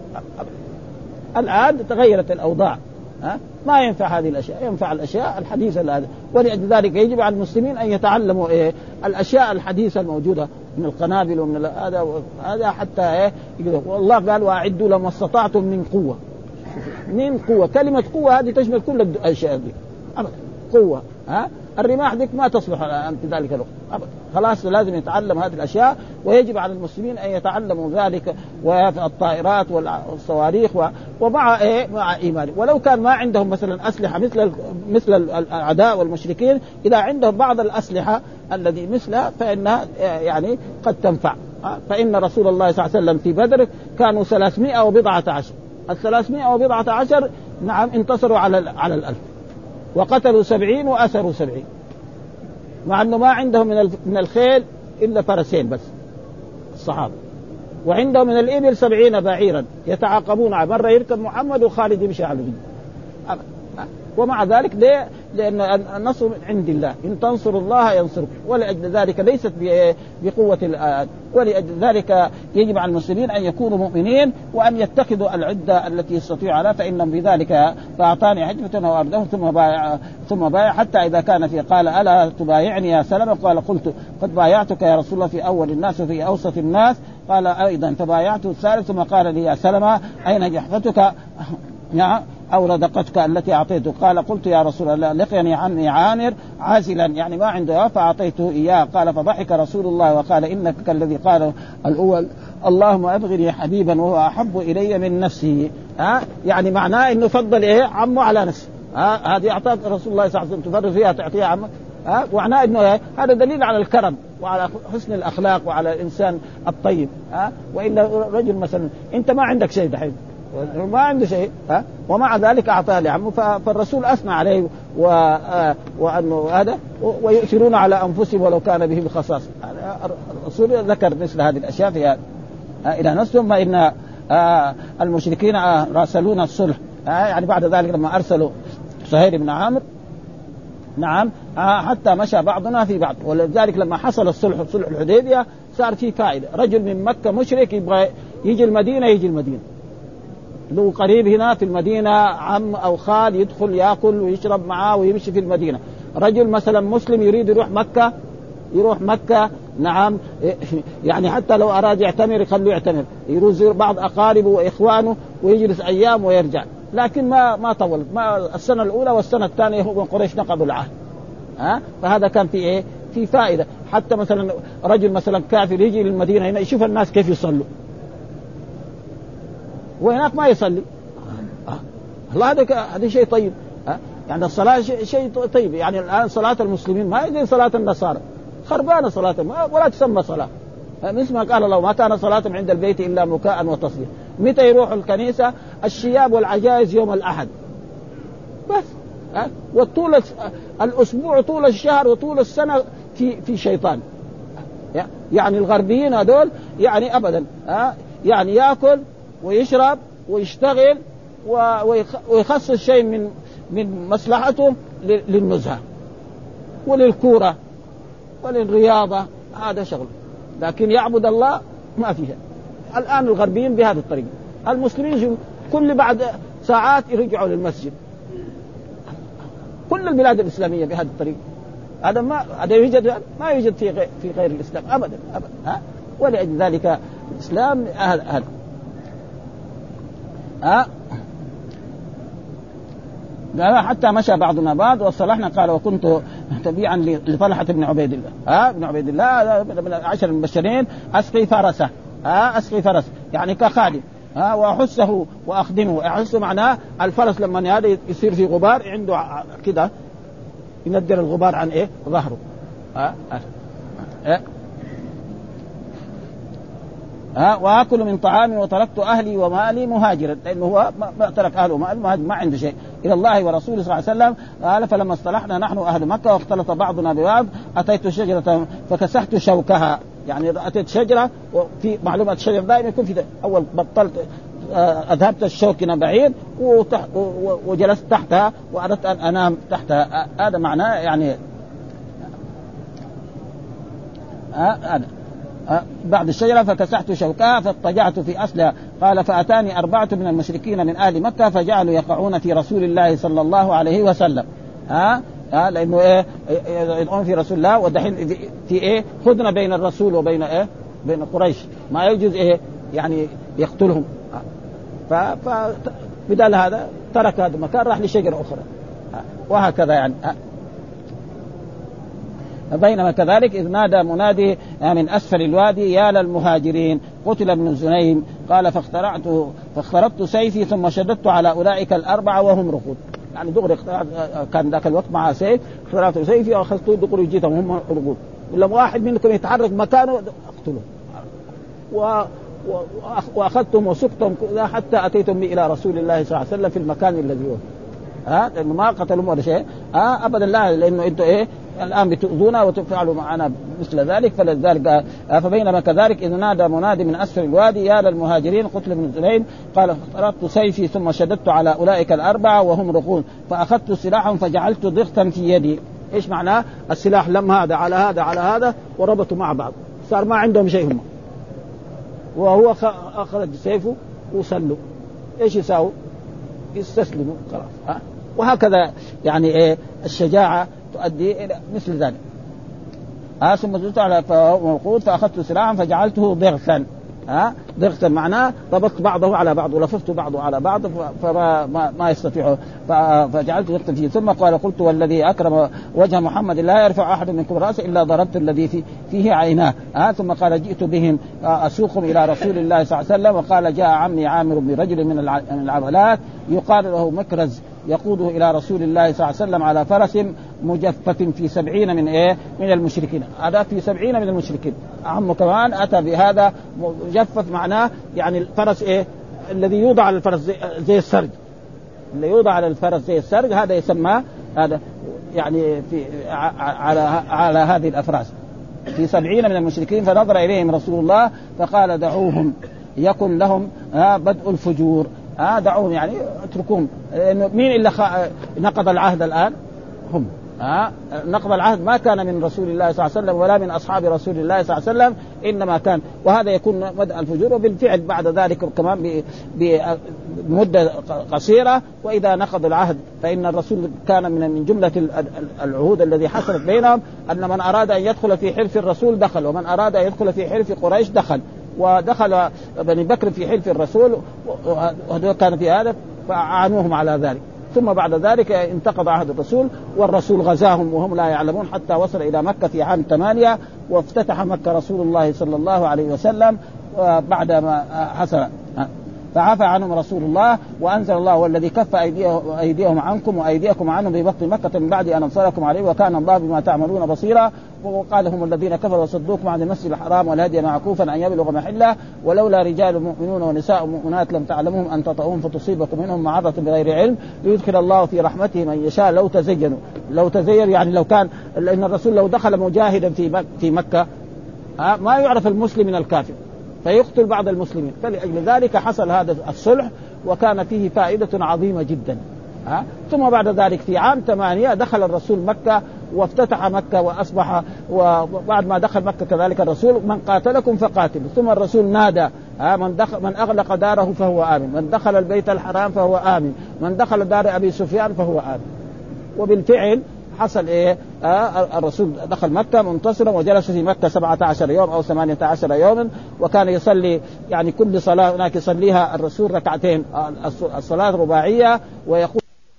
الآن تغيرت الأوضاع، ما ينفع هذه الأشياء، ينفع الأشياء الحديثة هذه. ولذلك يجب على المسلمين أن يتعلموا الأشياء الحديثة الموجودة من القنابل ومن هذا حتى والله قال وأعدوا لما استطعتم من قوة. من قوة، كلمة قوة هذه تشمل كل الأشياء دي أبدا. قوة الرماح ذيك ما تصلح في ذلك الوقت أبدا. خلاص لازم يتعلم هذه الأشياء، ويجب على المسلمين أن يتعلموا ذلك، والطائرات والصواريخ ومع مع إيمان. ولو كان ما عندهم مثلا أسلحة مثل الأعداء والمشركين، إذا عندهم بعض الأسلحة الذي مثلها فإنها يعني قد تنفع. فإن رسول الله صلى الله عليه وسلم في بدر كانوا 314، 314 نعم انتصروا على 1000 وقتلوا 70 وأسروا 70، مع أنه ما عندهم من الخيل إلا فرسين بس الصحابة، وعندهم من الإبل 70 بعيرا يتعاقبون، مرة يركب محمد وخالد يمشي على الجنة. ومع ذلك ليه؟ لأن النصر من عند الله، إن تنصروا الله ينصركم. ولأجل ذلك ليست بقوة الآيات، ولأجل ذلك يجب على المسلمين أن يكونوا مؤمنين وأن يتخذوا العدة التي يستطيعوا عليها، فإنهم بذلك فأعطاني حجفة وأردهم ثم بايع حتى إذا كان في قال ألا تبايعني يا سلمة؟ قال قلت قد بايعتك يا رسول الله في أول الناس وفي أوسط الناس. قال أيضا فبايعته الثالث، ثم قال لي يا سلمة أين جحفتك أو ردقتك التي أعطيته؟ قال قلت يا رسول الله لقيني عني عامر عازلا، يعني ما عنده، فأعطيته إياه. قال فضحك رسول الله وقال إنك كالذي قال الأول اللهم أبغني حبيبا وهو أحب إلي من نفسي. يعني معناه إنه فضل عمه على نفسه. هذه أعطاك رسول الله صلى الله عليه وسلم تفرد فيها تعطيها عمك. ومعناه إنه هذا دليل على الكرم وعلى حسن الأخلاق وعلى الإنسان الطيب. وإلا رجل مثلا أنت ما عندك شيء دحين، ما عنده شيء، ومع ذلك أعطاه لعمه، فالرسول أثنى عليه وأنه هذا ويؤثرون على أنفسهم ولو كان بهم خصاصة. الرسول ذكر مثل هذه الأشياء في إلى نفسهم. إن المشركين راسلون الصلح، يعني بعد ذلك لما أرسلوا سهيل بن عامر نعم حتى مشى بعضنا في بعض. ولذلك لما حصل الصلح الحديبية صار فيه فائدة. رجل من مكة مشرك يبغى يجي المدينة له قريب هنا في المدينة عم أو خال يدخل يأكل ويشرب معاه ويمشي في المدينة. رجل مثلا مسلم يريد يروح مكة نعم، يعني حتى لو أراد يعتمر يخليه يعتمر، يزور بعض أقاربه وإخوانه ويجلس أيام ويرجع. لكن ما طول، ما السنة الأولى والسنة الثانية هو من قريش نقضوا العهد. فهذا كان في في فائدة. حتى مثلا رجل مثلا كافر يجي للمدينة هنا يشوف الناس كيف يصلوا وهناك ما يصلي. الله هذا شيء طيب. يعني الصلاة شيء طيب. يعني الآن صلاة المسلمين ما يجي صلاة النصارى، خربانة صلاة ولا تسمى صلاة. مثل ما قال الله ما كان صلاة عند البيت إلا مكاء وتصديق. متى يروحوا الكنيسة؟ الشياب والعجائز يوم الأحد بس. وطول الأسبوع طول الشهر وطول السنة في شيطان. يعني الغربيين هذول يعني أبدا يعني يأكل ويشرب ويشتغل ويخصص شيء من مصلحته للنزهة وللكورة وللرياضة، هذا شغل. لكن يعبد الله ما فيها. الآن الغربيين بهذه الطريقة، المسلمين كل بعد ساعات يرجعوا للمسجد. كل البلاد الإسلامية بهذه الطريقة. هذا ما يوجد في غير الإسلام أبدا أبدا. ولأجل ذلك الإسلام هذا حتى مشى بعضنا بعض وصلحنا. قال وكنت تبيعا لطلحة بن عبيد الله بن عبيد الله من العشر المبشرين أسقي فرسه أسقي فرس يعني كخادم وأحسه وأخدمه. أحسه معناه الفرس لما هذا يصير في غبار عنده كده ينزل الغبار عن ظهره. وآكل من طعامي وتركت أهلي ومالي مهاجرا، لأنه هو ما ترك أهله وماله ما عنده شيء إلى الله ورسوله صلى الله عليه وسلم. قال فلما اصطلحنا نحن أهل مكة واختلط بعضنا ببعض أتيت شجرة فكسحت شوكها. يعني أتيت شجرة، وفي معلومة الشجرة دائما يكون في أول بطلت أذهبت الشوك بعيد وجلست تحتها وأردت أن أنام تحتها. هذا معناه يعني هذا بعد الشجرة فكسحت شوكها فاضطجعت في أصلها. قال فأتاني 4 من المشركين من أهل مكة فجعلوا يقعون في رسول الله صلى الله عليه وسلم. لأنه يدعون في رسول الله، ودحين في خذنا بين الرسول وبين بين قريش، ما يجوز يعني يقتلهم. فبدال هذا ترك هذا المكان راح لشجرة أخرى وهكذا يعني. بينما كذلك إذ نادى منادي من أسفل الوادي يا للمهاجرين قتل ابن زنيم. قال فاخترت سيفي ثم شددت على أولئك 4 وهم رقود. يعني دغري كان ذاك الوقت مع سيف، اخترت سيفي وأخذته دغري جيتهم هم رقود. ولما واحد منكم يتحرك مكانه اقتله. وأخذتهم وسقتهم حتى أتيتم إلى رسول الله صلى الله عليه وسلم في المكان الذي هو لأنه ما قتلهم ولا شيء أبدا، لا، لأنه أنتوا الآن بتؤذونا وتفعلوا معنا مثل ذلك. فلذلك فبينما كذلك إذ نادى منادي من أسفل الوادي يا للمهاجرين قتل ابن زنيم. قال فاخترت سيفي ثم شددت على أولئك 4 وهم رقود فأخذت سلاحهم فجعلت ضغطا في يدي. إيش معناه؟ السلاح لم هذا على هذا على هذا وربطوا مع بعض، صار ما عندهم شيء هم، وهو أخذ سيفه وسلوا. إيش يساووا؟ يستسلموا خلاص. وهكذا يعني الشجاعة تؤدي إلى مثل ذلك. ثم زدت على موقود فأخذت سلاحا فجعلته ضغثا. ضغثا معناه ربطت بعضه على بعض ولففت بعضه على بعض فما يستطيعه فجعلت ضغثا فيه. ثم قلت والذي أكرم وجه محمد لا يرفع أحد منكم رأسه إلا ضربت الذي فيه عيناه. ثم قال جئت بهم أسوقهم إلى رسول الله صلى الله عليه وسلم. وقال جاء عمي عامر برجل من العبلات يقال له مكرز يقوده إلى رسول الله صلى الله عليه وسلم على فرس مجفف في 70 من المشركين. هذا في 70 من المشركين. عمه كمان أتى بهذا مجفف، معناه يعني الفرس الذي يوضع على الفرس زي السرج، اللي يوضع على الفرس زي السرج هذا يسمى هذا يعني على هذه الأفراس في 70 من المشركين. فنظر إليهم رسول الله فقال دعوهم يكن لهم بدء الفجور. دعوهم يعني اتركوهم، لأنه مين اللي نقض العهد الآن؟ هم. نقض العهد ما كان من رسول الله صلى الله عليه وسلم ولا من أصحاب رسول الله صلى الله عليه وسلم، إنما كان، وهذا يكون بدء الفجور. وبالفعل بعد ذلك كمان بمدة قصيرة وإذا نقض العهد، فإن الرسول كان من جملة العهود الذي حصلت بينهم أن من أراد أن يدخل في حلف الرسول دخل، ومن أراد أن يدخل في حلف قريش دخل. ودخل بني بكر في حلف الرسول وهذا كان في هذا فأعانوهم على ذلك. ثم بعد ذلك انتقض عهد الرسول والرسول غزاهم وهم لا يعلمون حتى وصل إلى مكة في عام 8 وافتتح مكة رسول الله صلى الله عليه وسلم بعد ما حصل. فعفى عنهم رسول الله وأنزل الله والذي كف أيديهم عنكم وأيديكم عنهم ببطن مكة من بعد أن أنصركم عليه وكان الله بما تعملون بصيرا. وقال هم الذين كفروا وصدوكم عن المسجد الحرام والهدي معكوفا أن يبلغ محله ولولا رجال مؤمنون ونساء مؤمنات لم تعلموهم أن تطؤوهم فتصيبكم منهم معرة بغير علم ليدخل الله في رحمته من يشاء. لو تزين يعني لو كان لأن الرسول لو دخل مجاهدا في مكة ما يعرف المسلم من الكافر فيقتل بعض المسلمين، فلأجل ذلك حصل هذا الصلح وكان فيه فائدة عظيمة جدا. ثم بعد ذلك في عام 8 دخل الرسول مكة وافتتح مكة وأصبح، وبعد ما دخل مكة كذلك الرسول من قاتلكم فقاتلوا. ثم الرسول نادى من أغلق داره فهو آمن، من دخل البيت الحرام فهو آمن، من دخل دار أبي سفيان فهو آمن. وبالفعل حصل الرسول دخل مكة منتصرا وجلس في مكة 17 يوم أو 18 يوما، وكان يصلي يعني كل صلاة هناك يصليها الرسول ركعتين، الصلاة رباعية. ويقول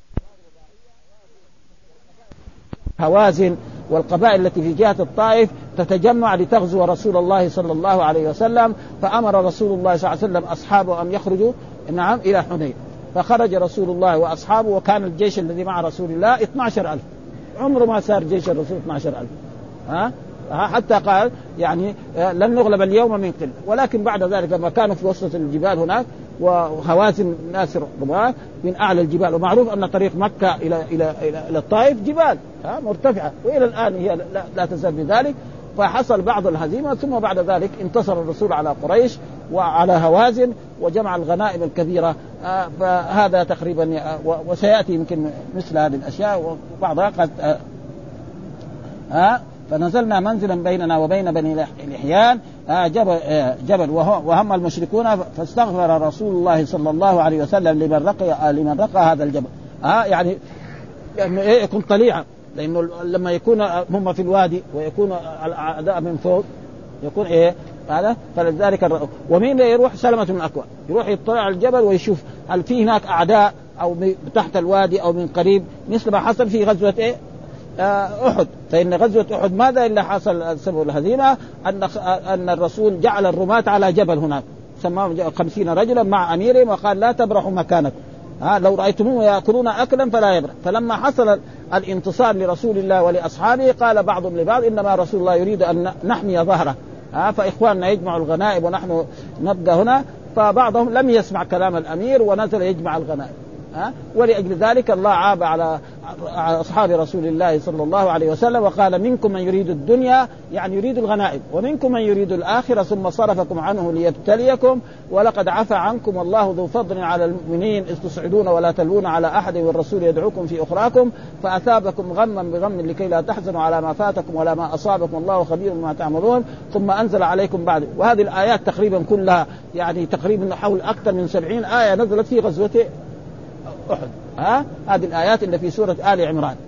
هوازن والقبائل التي في جهة الطائف تتجمع لتغزو رسول الله صلى الله عليه وسلم، فأمر رسول الله صلى الله عليه وسلم أصحابه أن يخرجوا إلى حنين، فخرج رسول الله وأصحابه وكان الجيش الذي مع رسول الله 12,000. عمره ما صار جيش الرسول 12,000 حتى قال يعني لن نغلب اليوم من قلة. ولكن بعد ذلك لما كانوا في وسط الجبال هناك وهوازن ناس ربما من أعلى الجبال، ومعروف أن طريق مكة إلى الطائف جبال مرتفعة وإلى الآن هي لا تزال بذلك، فحصل بعض الهزيمة. ثم بعد ذلك انتصر الرسول على قريش وعلى هوازن وجمع الغنائم الكبيرة. فهذا تقريبا وسيأتي يمكن مثل هذه الأشياء وبعضها قد فنزلنا منزلا بيننا وبين بني لحيان جبل وهم المشركون فاستغفر رسول الله صلى الله عليه وسلم لمن رقى هذا الجبل. يعني يكون طليعة، لأنه لما يكون هم في الوادي ويكون الأعداء من فوق يكون هذا. فلذلك ومين يروح سلمة من الأكوى يروح يطلع على الجبل ويشوف هل في هناك أعداء أو تحت الوادي أو من قريب، مثل ما حصل في غزوة أحد. فإن غزوة أحد ماذا إلا حصل سبب الهزيمة أن الرسول جعل الرماة على جبل هناك سماهم 50 رجلا مع أميرهم وقال لا تبرحوا مكانكم، لو رأيتموه يأكلون أكلا فلا يبرح. فلما حصل الانتصار لرسول الله ولأصحابه قال بعضهم لبعض إنما رسول الله يريد أن نحمي ظهره، فإخواننا يجمعوا الغنائم ونحن نبقى هنا. فبعضهم لم يسمع كلام الأمير ونزل يجمع الغنائم. ولأجل ذلك الله عاب على أصحاب رسول الله صلى الله عليه وسلم وقال منكم من يريد الدنيا يعني يريد الغنائم ومنكم من يريد الآخرة ثم صرفكم عنه ليبتليكم ولقد عفى عنكم والله ذو فضل على المؤمنين إذ تصعدون ولا تلوون على أحد والرسول يدعوكم في أخراكم فأثابكم غما بغم لكي لا تحزنوا على ما فاتكم ولا ما أصابكم والله خبير بما تعملون ثم أنزل عليكم بعد. وهذه الآيات تقريبا كلها يعني تقريبا حول أكثر من 70 آية نزلت في غزوة أحد. هذه الآيات اللي في سورة آل عمران.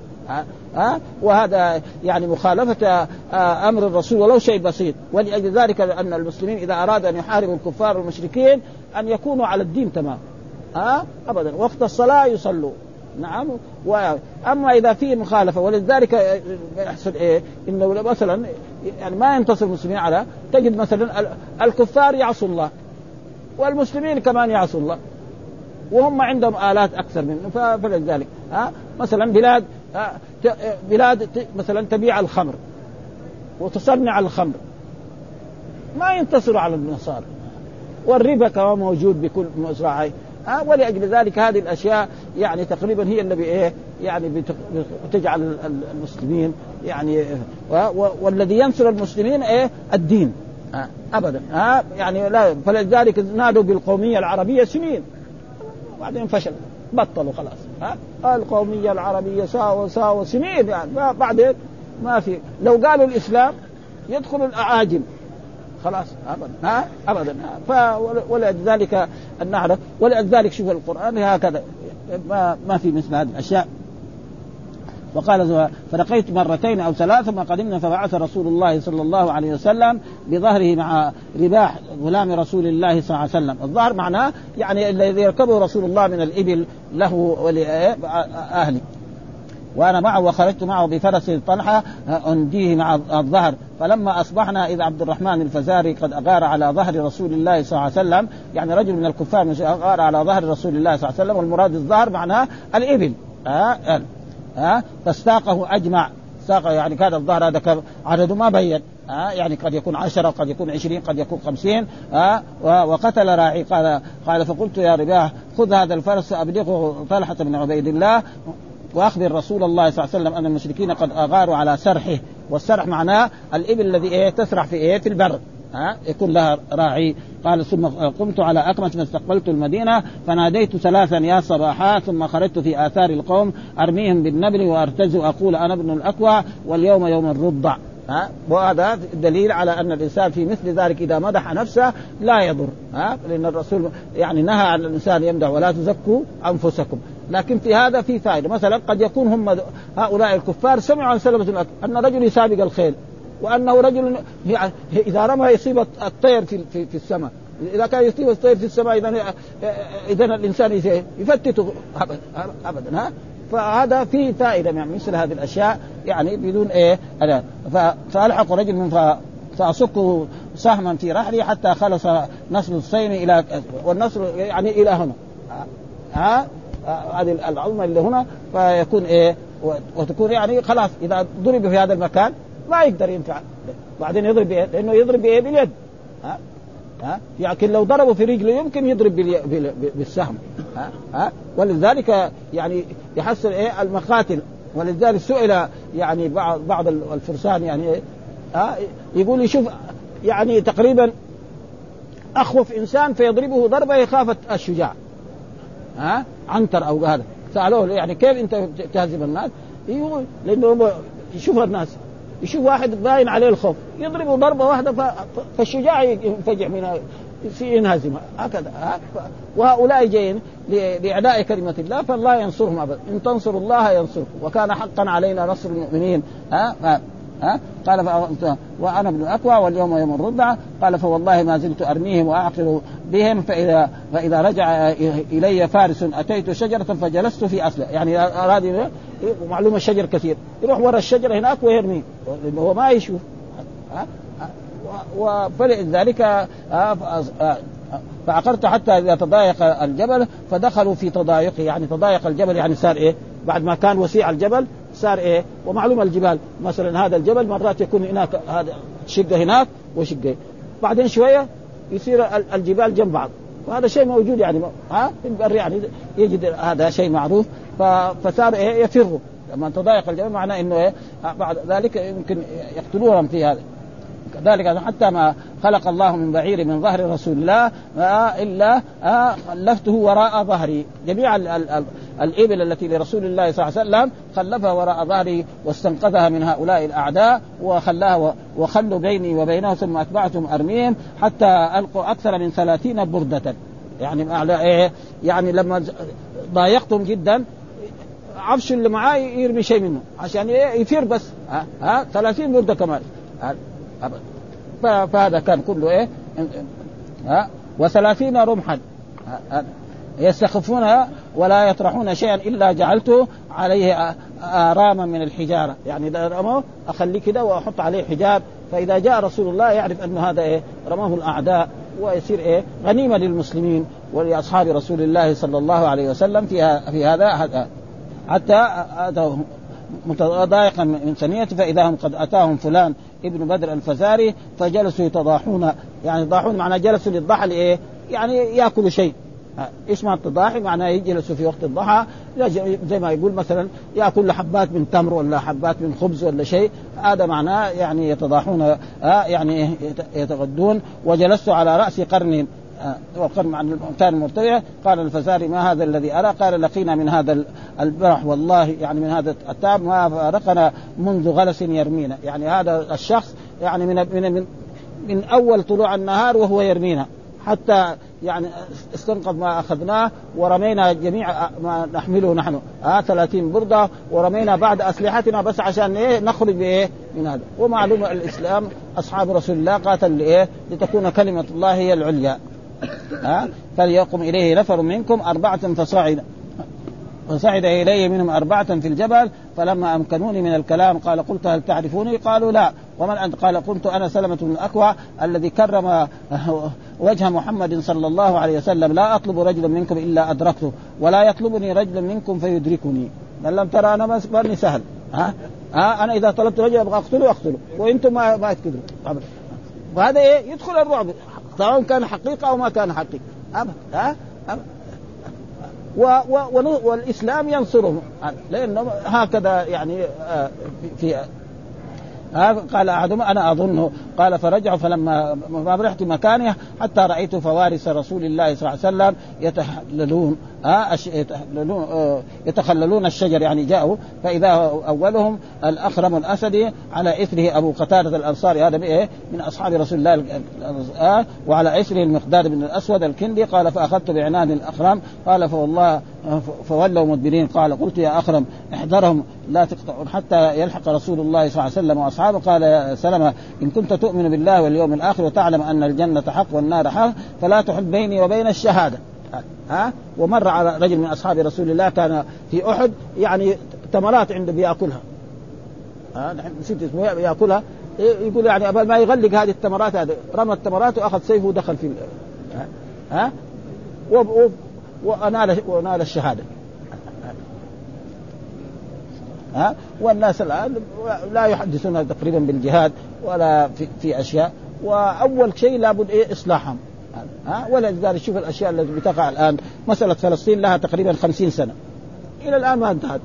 وهذا يعني مخالفة أمر الرسول ولو شيء بسيط. ولأجل ذلك أن المسلمين إذا أراد أن يحاربوا الكفار والمشركين أن يكونوا على الدين تمام أبدا، وقت الصلاة يصلوا نعم. أما إذا في مخالفة ولذلك يحصل إنه مثلا يعني ما ينتصر المسلمين على تجد مثلا الكفار يعصوا الله والمسلمين كمان يعصوا الله وهم عندهم آلات أكثر منه. فلذلك مثلا بلاد مثلا تبيع الخمر وتصنع الخمر ما ينتصروا على النصارى، والربا كمان موجود بكل مزرعة. ولأجل ذلك هذه الأشياء يعني تقريبا هي اللي يعني بتجعل المسلمين يعني والذي ينصر المسلمين الدين أبدا يعني لا. فلذلك نادوا بالقومية العربية سنين بعدين فشل بطلوا خلاص. القومية العربية ساوى سنين يعني بعدين ما في. لو قالوا الإسلام يدخل الأعاجم خلاص أبدا. ولذلك نعرف ولذلك شوف القرآن هكذا ما في مثل هذه الأشياء. وقال فلقيت مرتين أو ثلاث ما قدمنا فبعث رسول الله صلى الله عليه وسلم بظهره مع رباح غلام رسول الله صلى الله عليه وسلم. الظهر معناه يعني الذي يركبه رسول الله من الإبل له ولأهله. وأنا معه وخرجت معه بفرس طلحة أنديه مع الظهر. فلما أصبحنا إذا عبد الرحمن الفزاري قد أغار على ظهر رسول الله صلى الله عليه وسلم، يعني رجل من الكفار أغار على ظهر رسول الله صلى الله عليه وسلم، والمراد الظهر معناه الإبل. فاستاقه أجمع، ساقه يعني كان الظهر هذا عدده ما بين، يعني قد يكون 10 قد يكون 20 قد يكون 50. وقتل راعي. قال فقلت يا رباح خذ هذا الفرس أبلغه طلحة بن عبيد الله وأخبر رسول الله صلى الله عليه وسلم أن المشركين قد أغاروا على سرحه. والسرح معناه الإبل الذي تسرح في البر، يكون لها راعي. قال ثم قمت على أكمة فاستقبلت المدينة فناديت 3 يا صباحا، ثم خرجت في آثار القوم أرميهم بالنبل وأرتز أقول أنا ابن الأكوع واليوم يوم الرضع. وهذا دليل على أن الإنسان في مثل ذلك إذا مدح نفسه لا يضر، لأن الرسول يعني نهى عن الإنسان يمدح ولا تزكوا أنفسكم. لكن في هذا في فائدة. مثلا قد يكون هم هؤلاء الكفار سمعوا عن سلمة الأكوع أن رجل يسابق الخيل، وأنه رجل إذا رمى يصيب الطير في السماء. إذا كان يصيب الطير في السماء إذا الإنسان يفتته أبدا. فهذا فيه فائدة يعني مثل هذه الأشياء يعني بدون فألحق رجل من فأصكه سهما في رحلي حتى خلص نسل الصين إلى والنسل يعني إلى هنا هذه العظمة اللي هنا، فيكون وتكون يعني خلاص إذا ضرب في هذا المكان ما يقدر ينفع بعدين يضرب لأنه يضرب باليد. يعني لو ضربوا في رجله يمكن يضرب بالسهم. ولذلك يعني يحصل المقاتل. ولذلك سئل يعني بعض الفرسان يعني يقول يشوف يعني تقريبا أخوف إنسان فيضربه ضربة يخاف الشجاع عنتر أو هذا. سألوه يعني كيف أنت تهزم الناس؟ يقول لأنه يشوف الناس يشوف واحد باين عليه الخوف يضربه ضربة واحدة فالشجاع ينفجع منها ينهزم هكذا. وهؤلاء جايين لإعداء كلمة الله فالله ينصرهم أبدا، إن تنصروا الله ينصركم وكان حقا علينا نصر المؤمنين. قال وأنا ابن الأكوع واليوم يوم الرضع. قال فوالله ما زلت أرميهم وأعقل بهم فإذا رجع إلي فارس أتيت شجرة فجلست في أصله. يعني أراد معلومة الشجر كثير يروح وراء الشجرة هناك ويرميه هو ما يشوف. فلذلك فعقرت حتى إذا تضايق الجبل فدخلوا في تضايقه. يعني تضايق الجبل يعني صار بعد ما كان وسيع الجبل صار ومعلومة الجبال مثلا هذا الجبل مرات يكون هناك هذا شقة هناك وشقة بعدين شوية يصير الجبال جنب بعض، وهذا شيء موجود يعني في البر يعني يجد هذا شيء معروف. فصار يفروا لما تضايق الجبل معناه إنه بعد ذلك يمكن يقتلوهم في هذا. كذلك حتى ما خلق الله من بعير من ظهر رسول الله إلا خلفته وراء ظهري. جميع الإبل التي لرسول الله صلى الله عليه وسلم خلفها وراء ظهري واستنقذها من هؤلاء الأعداء وخلاها وخلوا بيني وبينه ثم أتبعتهم أرميهم حتى ألقوا أكثر من 30 بردة. يعني لما ضايقتهم جدا عفش اللي معاه يرمي شيء منه عشان يفير بس 30 بردة كمان أبدا. فهذا كان كله و30 رمحا يستخفون ولا يطرحون شيئا إلا جعلته عليه آراما من الحجارة. يعني إذا رموه أخليه كده وأحط عليه حجاب فإذا جاء رسول الله يعرف أن هذا رماه الأعداء ويصير غنيمة للمسلمين ولأصحاب رسول الله صلى الله عليه وسلم في هذا حتى أتوا متضايقا من ثنيته فإذا هم قد أتاهم فلان ابن بدر الفزاري فجلسوا يتضاحون. يعني يتضاحون معناه جلسوا للضحى يعني يأكلوا شيء. اسمه التضاحي معناه يجلسوا في وقت الضحى زي ما يقول مثلا يأكل حبات من تمر ولا حبات من خبز ولا شيء. هذا معناه يعني يتضاحون يعني يتغدون. وجلسوا على رأس قرن والقرن عن المكان المرتفع. قال الفزاري ما هذا الذي أرى؟ قال لقينا من هذا البرح والله يعني من هذا التعب ما فارقنا منذ غلس يرمينا. يعني هذا الشخص يعني من أول طلوع النهار وهو يرمينا حتى يعني استنقذ ما أخذناه ورمينا جميع ما نحمله نحن 30 بردة ورمينا بعد أسلحتنا بس عشان نخرج من هذا. ومعلومة الإسلام أصحاب رسول الله قاتل لتكون كلمة الله هي العليا. فليقم إليه نفر منكم 4 فصاعدا وصعد إلي منهم 4 في الجبل فلما أمكنوني من الكلام قال قلت هل تعرفوني؟ قالوا لا. ومن أنت؟ قال قلت أنا سلمة بن الأكوع الذي كرم وجه محمد صلى الله عليه وسلم، لا أطلب رجلا منكم إلا أدركته ولا يطلبني رجل منكم فيدركني. قال لم ترى أنا مسبرني سهل، أنا إذا طلبت رجل أبغى أقتله وإنتم ما تقدروا. وهذا إيه؟ يدخل الرعب سواء كان حقيقة أو ما كان حقيقة. والإسلام ينصرهم لأنه هكذا يعني في قال أحدهم أنا أظنه. قال فرجعوا فلما برحت مكانه حتى رأيت فوارس رسول الله صلى الله عليه وسلم يتخللون الشجر، يعني جاءوا فإذا أولهم الأخرم الأسدي على إثره أبو قتادة الأنصاري هذا من أصحاب رسول الله وعلى إثره المقداد بن الأسود الكندي. قال فأخذت بعنان الأخرم. قال فوالله فولوا مدبرين. قال قلت يا أخرم احذرهم لا تقطعون حتى يلحق رسول الله صلى الله عليه وسلم وأصحابه. قال يا سلمة إن كنت تؤمن بالله واليوم الآخر وتعلم أن الجنة حق والنار حق فلا تحل بيني وبين الشهادة. ومر على رجل من أصحاب رسول الله كان في أحد يعني تمرات عنده بيأكلها، نسيت اسمه، يأكلها يقول يعني قبل ما يغلق هذه التمرات هذه رمى التمرات وأخذ سيفه ودخل في ونال الشهادة. والناس الآن لا يحدثون تقريبا بالجهاد ولا في أشياء، وأول شيء لابد إصلاحهم. ولذلك شوف الأشياء التي بتقع الآن، مسألة فلسطين لها تقريبا 50 سنة إلى الآن ما انتهت.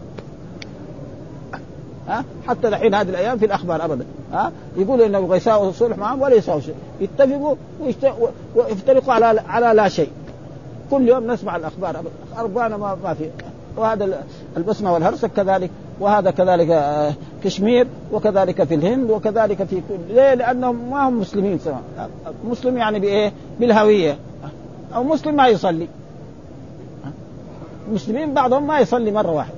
حتى الحين هذه الأيام في الأخبار أبدا يقولوا إنه يبغى يساووا صلح معهم ولا يساووا شيء، يتفقوا ويفترقوا على لا شيء. كل يوم نسمع الأخبار أربعنا ما في. وهذا البسمة والهرسك كذلك، وهذا كذلك كشمير، وكذلك في الهند، وكذلك في كل. ليه؟ لأنهم ما هم مسلمين سواء. مسلم يعني بإيه؟ بالهوية، أو مسلم ما يصلي. مسلمين بعضهم ما يصلي مرة واحدة.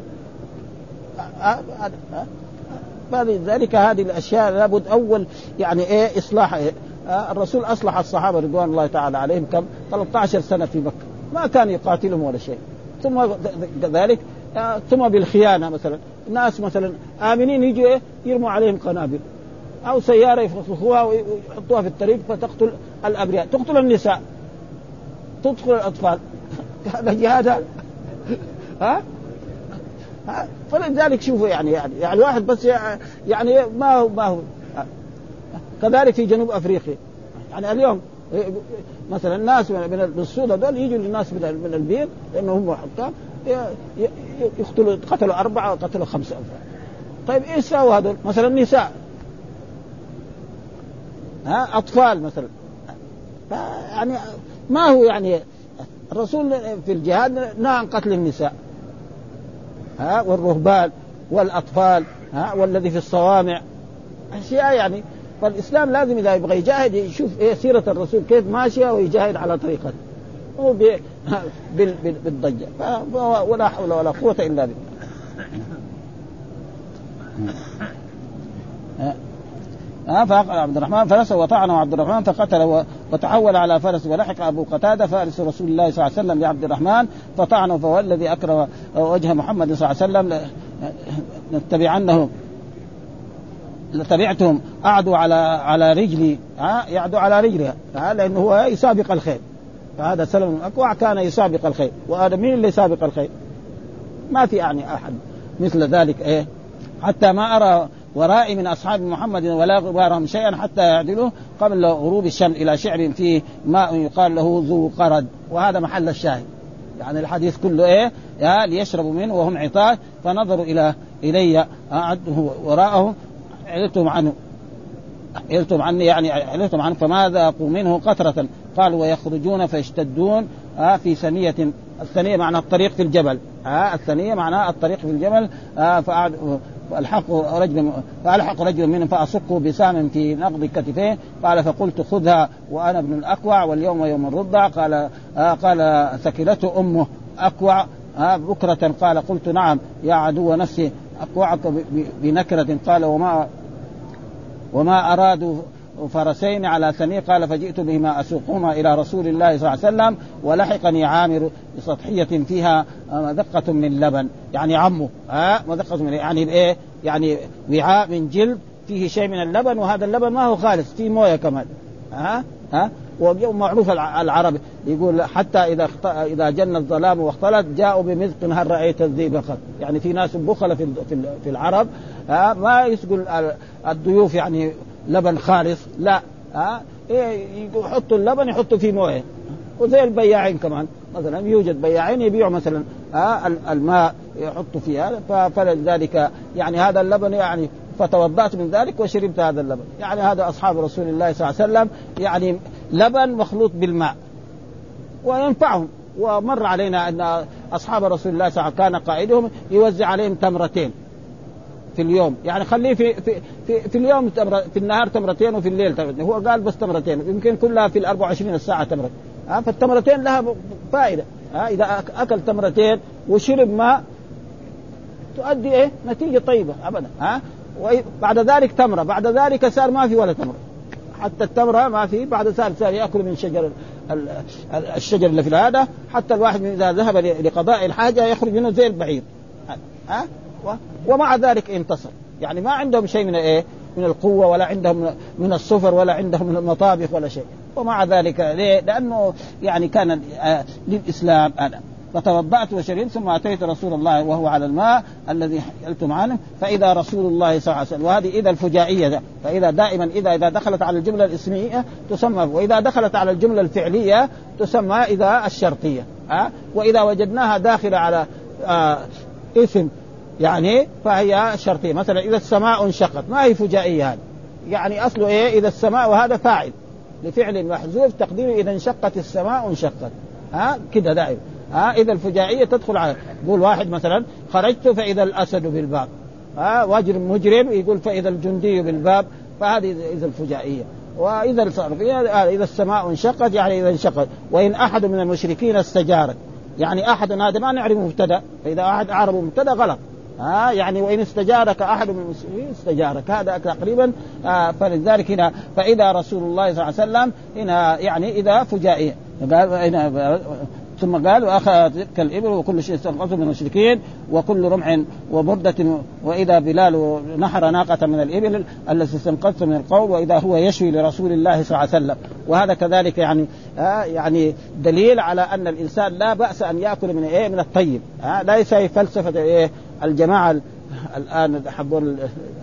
فلذلك هذه الأشياء لابد أول يعني إيه إصلاح. الرسول أصلح الصحابة رضوان الله تعالى عليهم كم 13 سنة في مكة، ما كان يقاتلهم ولا شيء. ثم كذلك ثم بالخيانة مثلا الناس مثلا آمنين يجوا يرموا عليهم قنابل أو سيارة يفخخوها ويحطوها في الطريق فتقتل الأبرياء، تقتل النساء، تدخل الأطفال. هذا جهاد. فلذلك شوفوا يعني واحد بس يعني ما هو كذلك في جنوب أفريقيا. يعني اليوم مثلا الناس من السود هذول يجوا للناس من البير لأنه هم حكام قتلوا 4 وقتلوا 5. طيب إيه سووا هذول؟ مثلا نساء، أطفال مثلا. يعني ما هو يعني الرسول في الجهاد نهى عن قتل النساء والرهبان والأطفال والذي في الصوامع أشياء يعني. فالإسلام لازم إذا يبغى يجاهد يشوف إيه سيرة الرسول كيف ماشية ويجاهد على طريقته، هو بالضجة. ولا حول ولا قوة إلا بالله. فأقل عبد الرحمن فرسه وطعنه عبد الرحمن فقتله وتحول على فرس ولحق أبو قتادة فارس رسول الله صلى الله عليه وسلم لعبد الرحمن فطعنه فهو الذي أكرم وجه محمد صلى الله عليه وسلم نتبعنه لتبعتهم أعدوا على رجلي يعدوا على رجلها لأنه هو يسابق الخير. فهذا سلم الأكوع كان يسابق الخير. وهذا مين اللي يسابق الخير؟ ما في يعني أحد مثل ذلك. حتى ما أرى ورائي من أصحاب محمد ولا غبارهم شيئا حتى يعدلوه قبل غروب الشمس إلى شعر فيه ماء يقال له ذو قرد. وهذا محل الشاهد، يعني الحديث كله ليشربوا منه وهم عطاش فنظروا إلي أعده وراءه علتم عني يعني علتم عنه فما ذاقوا منه قطرة. قالوا ويخرجون فيشتدون في ثنية. الثنية معنى الطريق في الجبل. الثنية معنى الطريق في الجبل. فألحق رجل منهم فأصقه بسام في نقض كتفيه. قال فقلت خذها وأنا ابن الأكوع واليوم يوم الرضع. قال ثكلته أمه أكوع بكرة. قال قلت نعم يا عدو نفسي أكوعك بنكرة. قال وما أرادوا فرسين على ثني، قال فجئت بهما أسوقهما إلى رسول الله صلى الله عليه وسلم ولحقني عامر بسطحية فيها مذقة من لبن، يعني عمه مذقة من يعني إيه، يعني وعاء من جلد فيه شيء من اللبن، وهذا اللبن ما هو خالص، فيه موية كمان. ومعروف العرب يقول حتى إذا جن الظلام واختلط جاءوا بمذق هل رأيت الذيب قط. يعني في ناس بخلة في العرب ما يسقوا الضيوف يعني لبن خالص، لا يحطوا اللبن يحطوا فيه مويه. وزي البياعين كمان مثلا يوجد بياعين يبيعوا مثلا الماء يحطوا فيه هذا، فلذلك يعني هذا اللبن يعني فتوضأت من ذلك وشربت هذا اللبن. يعني هذا أصحاب رسول الله صلى الله عليه وسلم يعني لبن مخلوط بالماء وينفعهم. ومر علينا أن أصحاب رسول الله صلى الله عليه وسلم كان قائدهم يوزع عليهم تمرتين في اليوم، يعني خليه في اليوم في النهار تمرتين وفي الليل تمرتين. هو قال بس تمرتين، يمكن كلها في 24 ساعة تمرة. فالتمرتين لها فائدة. إذا أكل تمرتين وشرب ماء تؤدي نتيجة طيبة أبدا. وبعد ذلك تمرة، بعد ذلك صار ما في ولا تمرة، حتى التمرة ما في، بعد ذلك صار يأكل من الشجر اللي في هذا، حتى الواحد إذا ذهب لقضاء الحاجة يخرج منه زي البعير. ومع ذلك انتصر، يعني ما عندهم شيء من القوة، ولا عندهم من الصفر، ولا عندهم من المطابخ ولا شيء. ومع ذلك ليه؟ لأنه يعني كان للإسلام. أنا فتوضأت وشربت ثم أتيت رسول الله وهو على الماء الذي حلتم عنه، فإذا رسول الله صلى الله عليه وسلم. وهذه إذا الفجائية، فإذا دائما إذا دخلت على الجملة الاسمية تسمى، وإذا دخلت على الجملة الفعلية تسمى إذا الشرطية. وإذا وجدناها داخلة على اسم يعني فهي شرطية. مثلا إذا السماء انشقت ما هي فجائية، هذه يعني أصله إذا السماء، وهذا فاعل لفعل محذوف تقديره إذا انشقت السماء انشقت. كده دائما. إذا الفجائية تدخل على، يقول واحد مثلا خرجت فإذا الأسد بالباب، مجرم يقول فإذا الجندي بالباب، فهذه إذا الفجائية. وإذا الصرفية إذا السماء انشقت يعني إذا انشقت. وإن أحد من المشركين استجارك، يعني أحد هذا ما نعرف مبتدأ، فإذا أحد أعرب مبتدأ غلط. يعني وإن استجارك أحد من المسلمين استجارك، هذا تقريبا. فلذلك هنا فإذا رسول الله صلى الله عليه وسلم هنا يعني إذا فجائية. ثم قال وأخذ تلك الإبل وكل شيء استنقذه من المشركين وكل رمح وبردة، وإذا بلال نحر ناقة من الإبل التي استنقذته من القوم، وإذا هو يشوي لرسول الله صلى الله عليه وسلم. وهذا كذلك يعني دليل على أن الإنسان لا بأس أن يأكل من الطيب. ليس فلسفة الجماعة الآن حبوا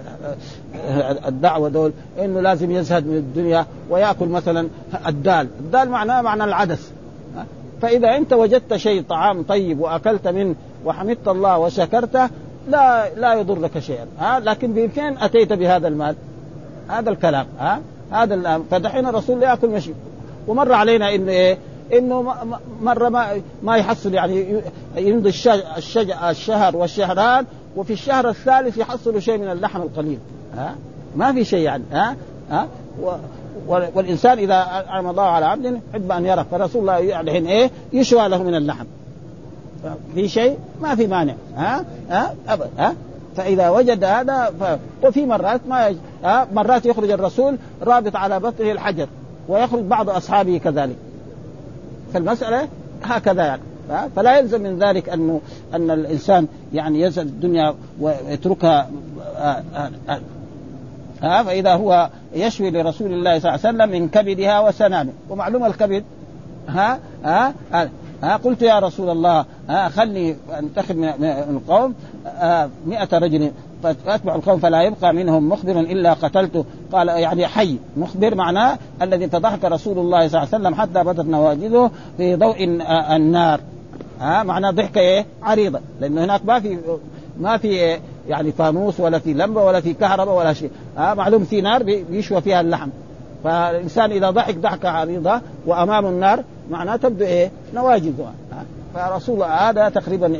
الدعوة دول إنه لازم يزهد من الدنيا ويأكل مثلا الدال معناه العدس. فإذا أنت وجدت شيء طعام طيب وأكلت منه وحمدت الله وشكرته لا يضرك شيئا. لكن بإمكان أتيت بهذا المال، هذا الكلام هذا فدحين الرسول يأكل مشي. ومر علينا إنه مرة ما يحصل، يعني يمضي الشهر والشهران، وفي الشهر الثالث يحصل شيء من اللحم القليل. ما في شيء يعني. والإنسان إذا أنعم الله على عبد يحب أن يرى، فرسول الله يعني يشوى له من اللحم، في شيء ما في مانع. أبدا. فإذا وجد هذا وفي مرات مرات يخرج الرسول رابط على بطنه الحجر ويخرج بعض أصحابه كذلك. فالمسألة هكذا يعني. فلا يلزم من ذلك أن الإنسان يعني يزهد الدنيا ويتركها. فإذا هو يشوي لرسول الله صلى الله عليه وسلم من كبدها وسنامه. ومعلوم الكبد قلت يا رسول الله خلني أنتخب من القوم 100 رجل فأتبع القوم فلا يبقى منهم مخبر إلا قتلته. قال يعني حي مخبر معناه الذي فضحك رسول الله صلى الله عليه وسلم حتى بدت نواجذه في ضوء النار. معناه ضحكة عريضة، لأنه هناك ما في يعني فانوس ولا في لمبة ولا في كهرباء ولا شيء. معلوم في نار بيشوى فيها اللحم. فالإنسان إذا ضحك ضحكة عريضة وأمام النار معناه تبدو نواجذها. فرسول الله هذا تقريبا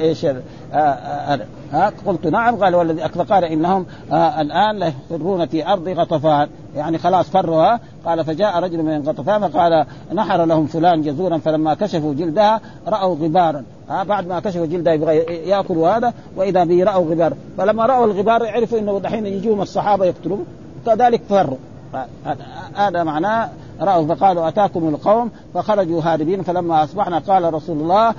قلت نعم. قال والذي قال إنهم الآن لا يفرون في أرض غطفان، يعني خلاص فروا. قال فجاء رجل من غطفان فقال نحر لهم فلان جزورا، فلما كشفوا جلدها رأوا غبارا. بعد ما كشفوا جلدها يبغى يأكلوا هذا، وإذا به رأوا غبار. فلما رأوا الغبار عرفوا إنه دحين يجيهم الصحابة يقتلون، كذلك فروا. هذا معناه رأوا فقالوا أتاكم القوم فخرجوا هاربين. فلما أصبحنا قال رسول الله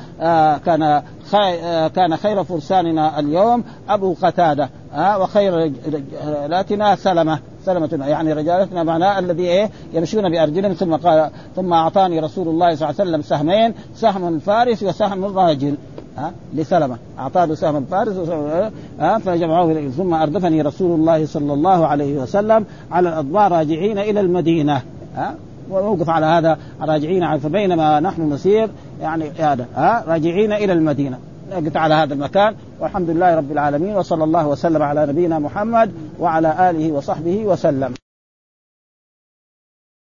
كان خير فرساننا اليوم أبو قتادة وخير رجالاتنا سلمة يعني رجالتنا معناه الذي يمشون بأرجلهم. ثم أعطاني رسول الله صلى الله عليه وسلم سهمين، سهم الفارس وسهم الراجل لسلمة، أعطاه سهم الفارس فجمعوه. ثم أردفني رسول الله صلى الله عليه وسلم على الأضبار راجعين إلى المدينة ونوقف على هذا راجعين. فبينما نحن نسير يعني هذا راجعين إلى المدينة نقف على هذا المكان. والحمد لله رب العالمين، وصلى الله وسلم على نبينا محمد وعلى آله وصحبه وسلم.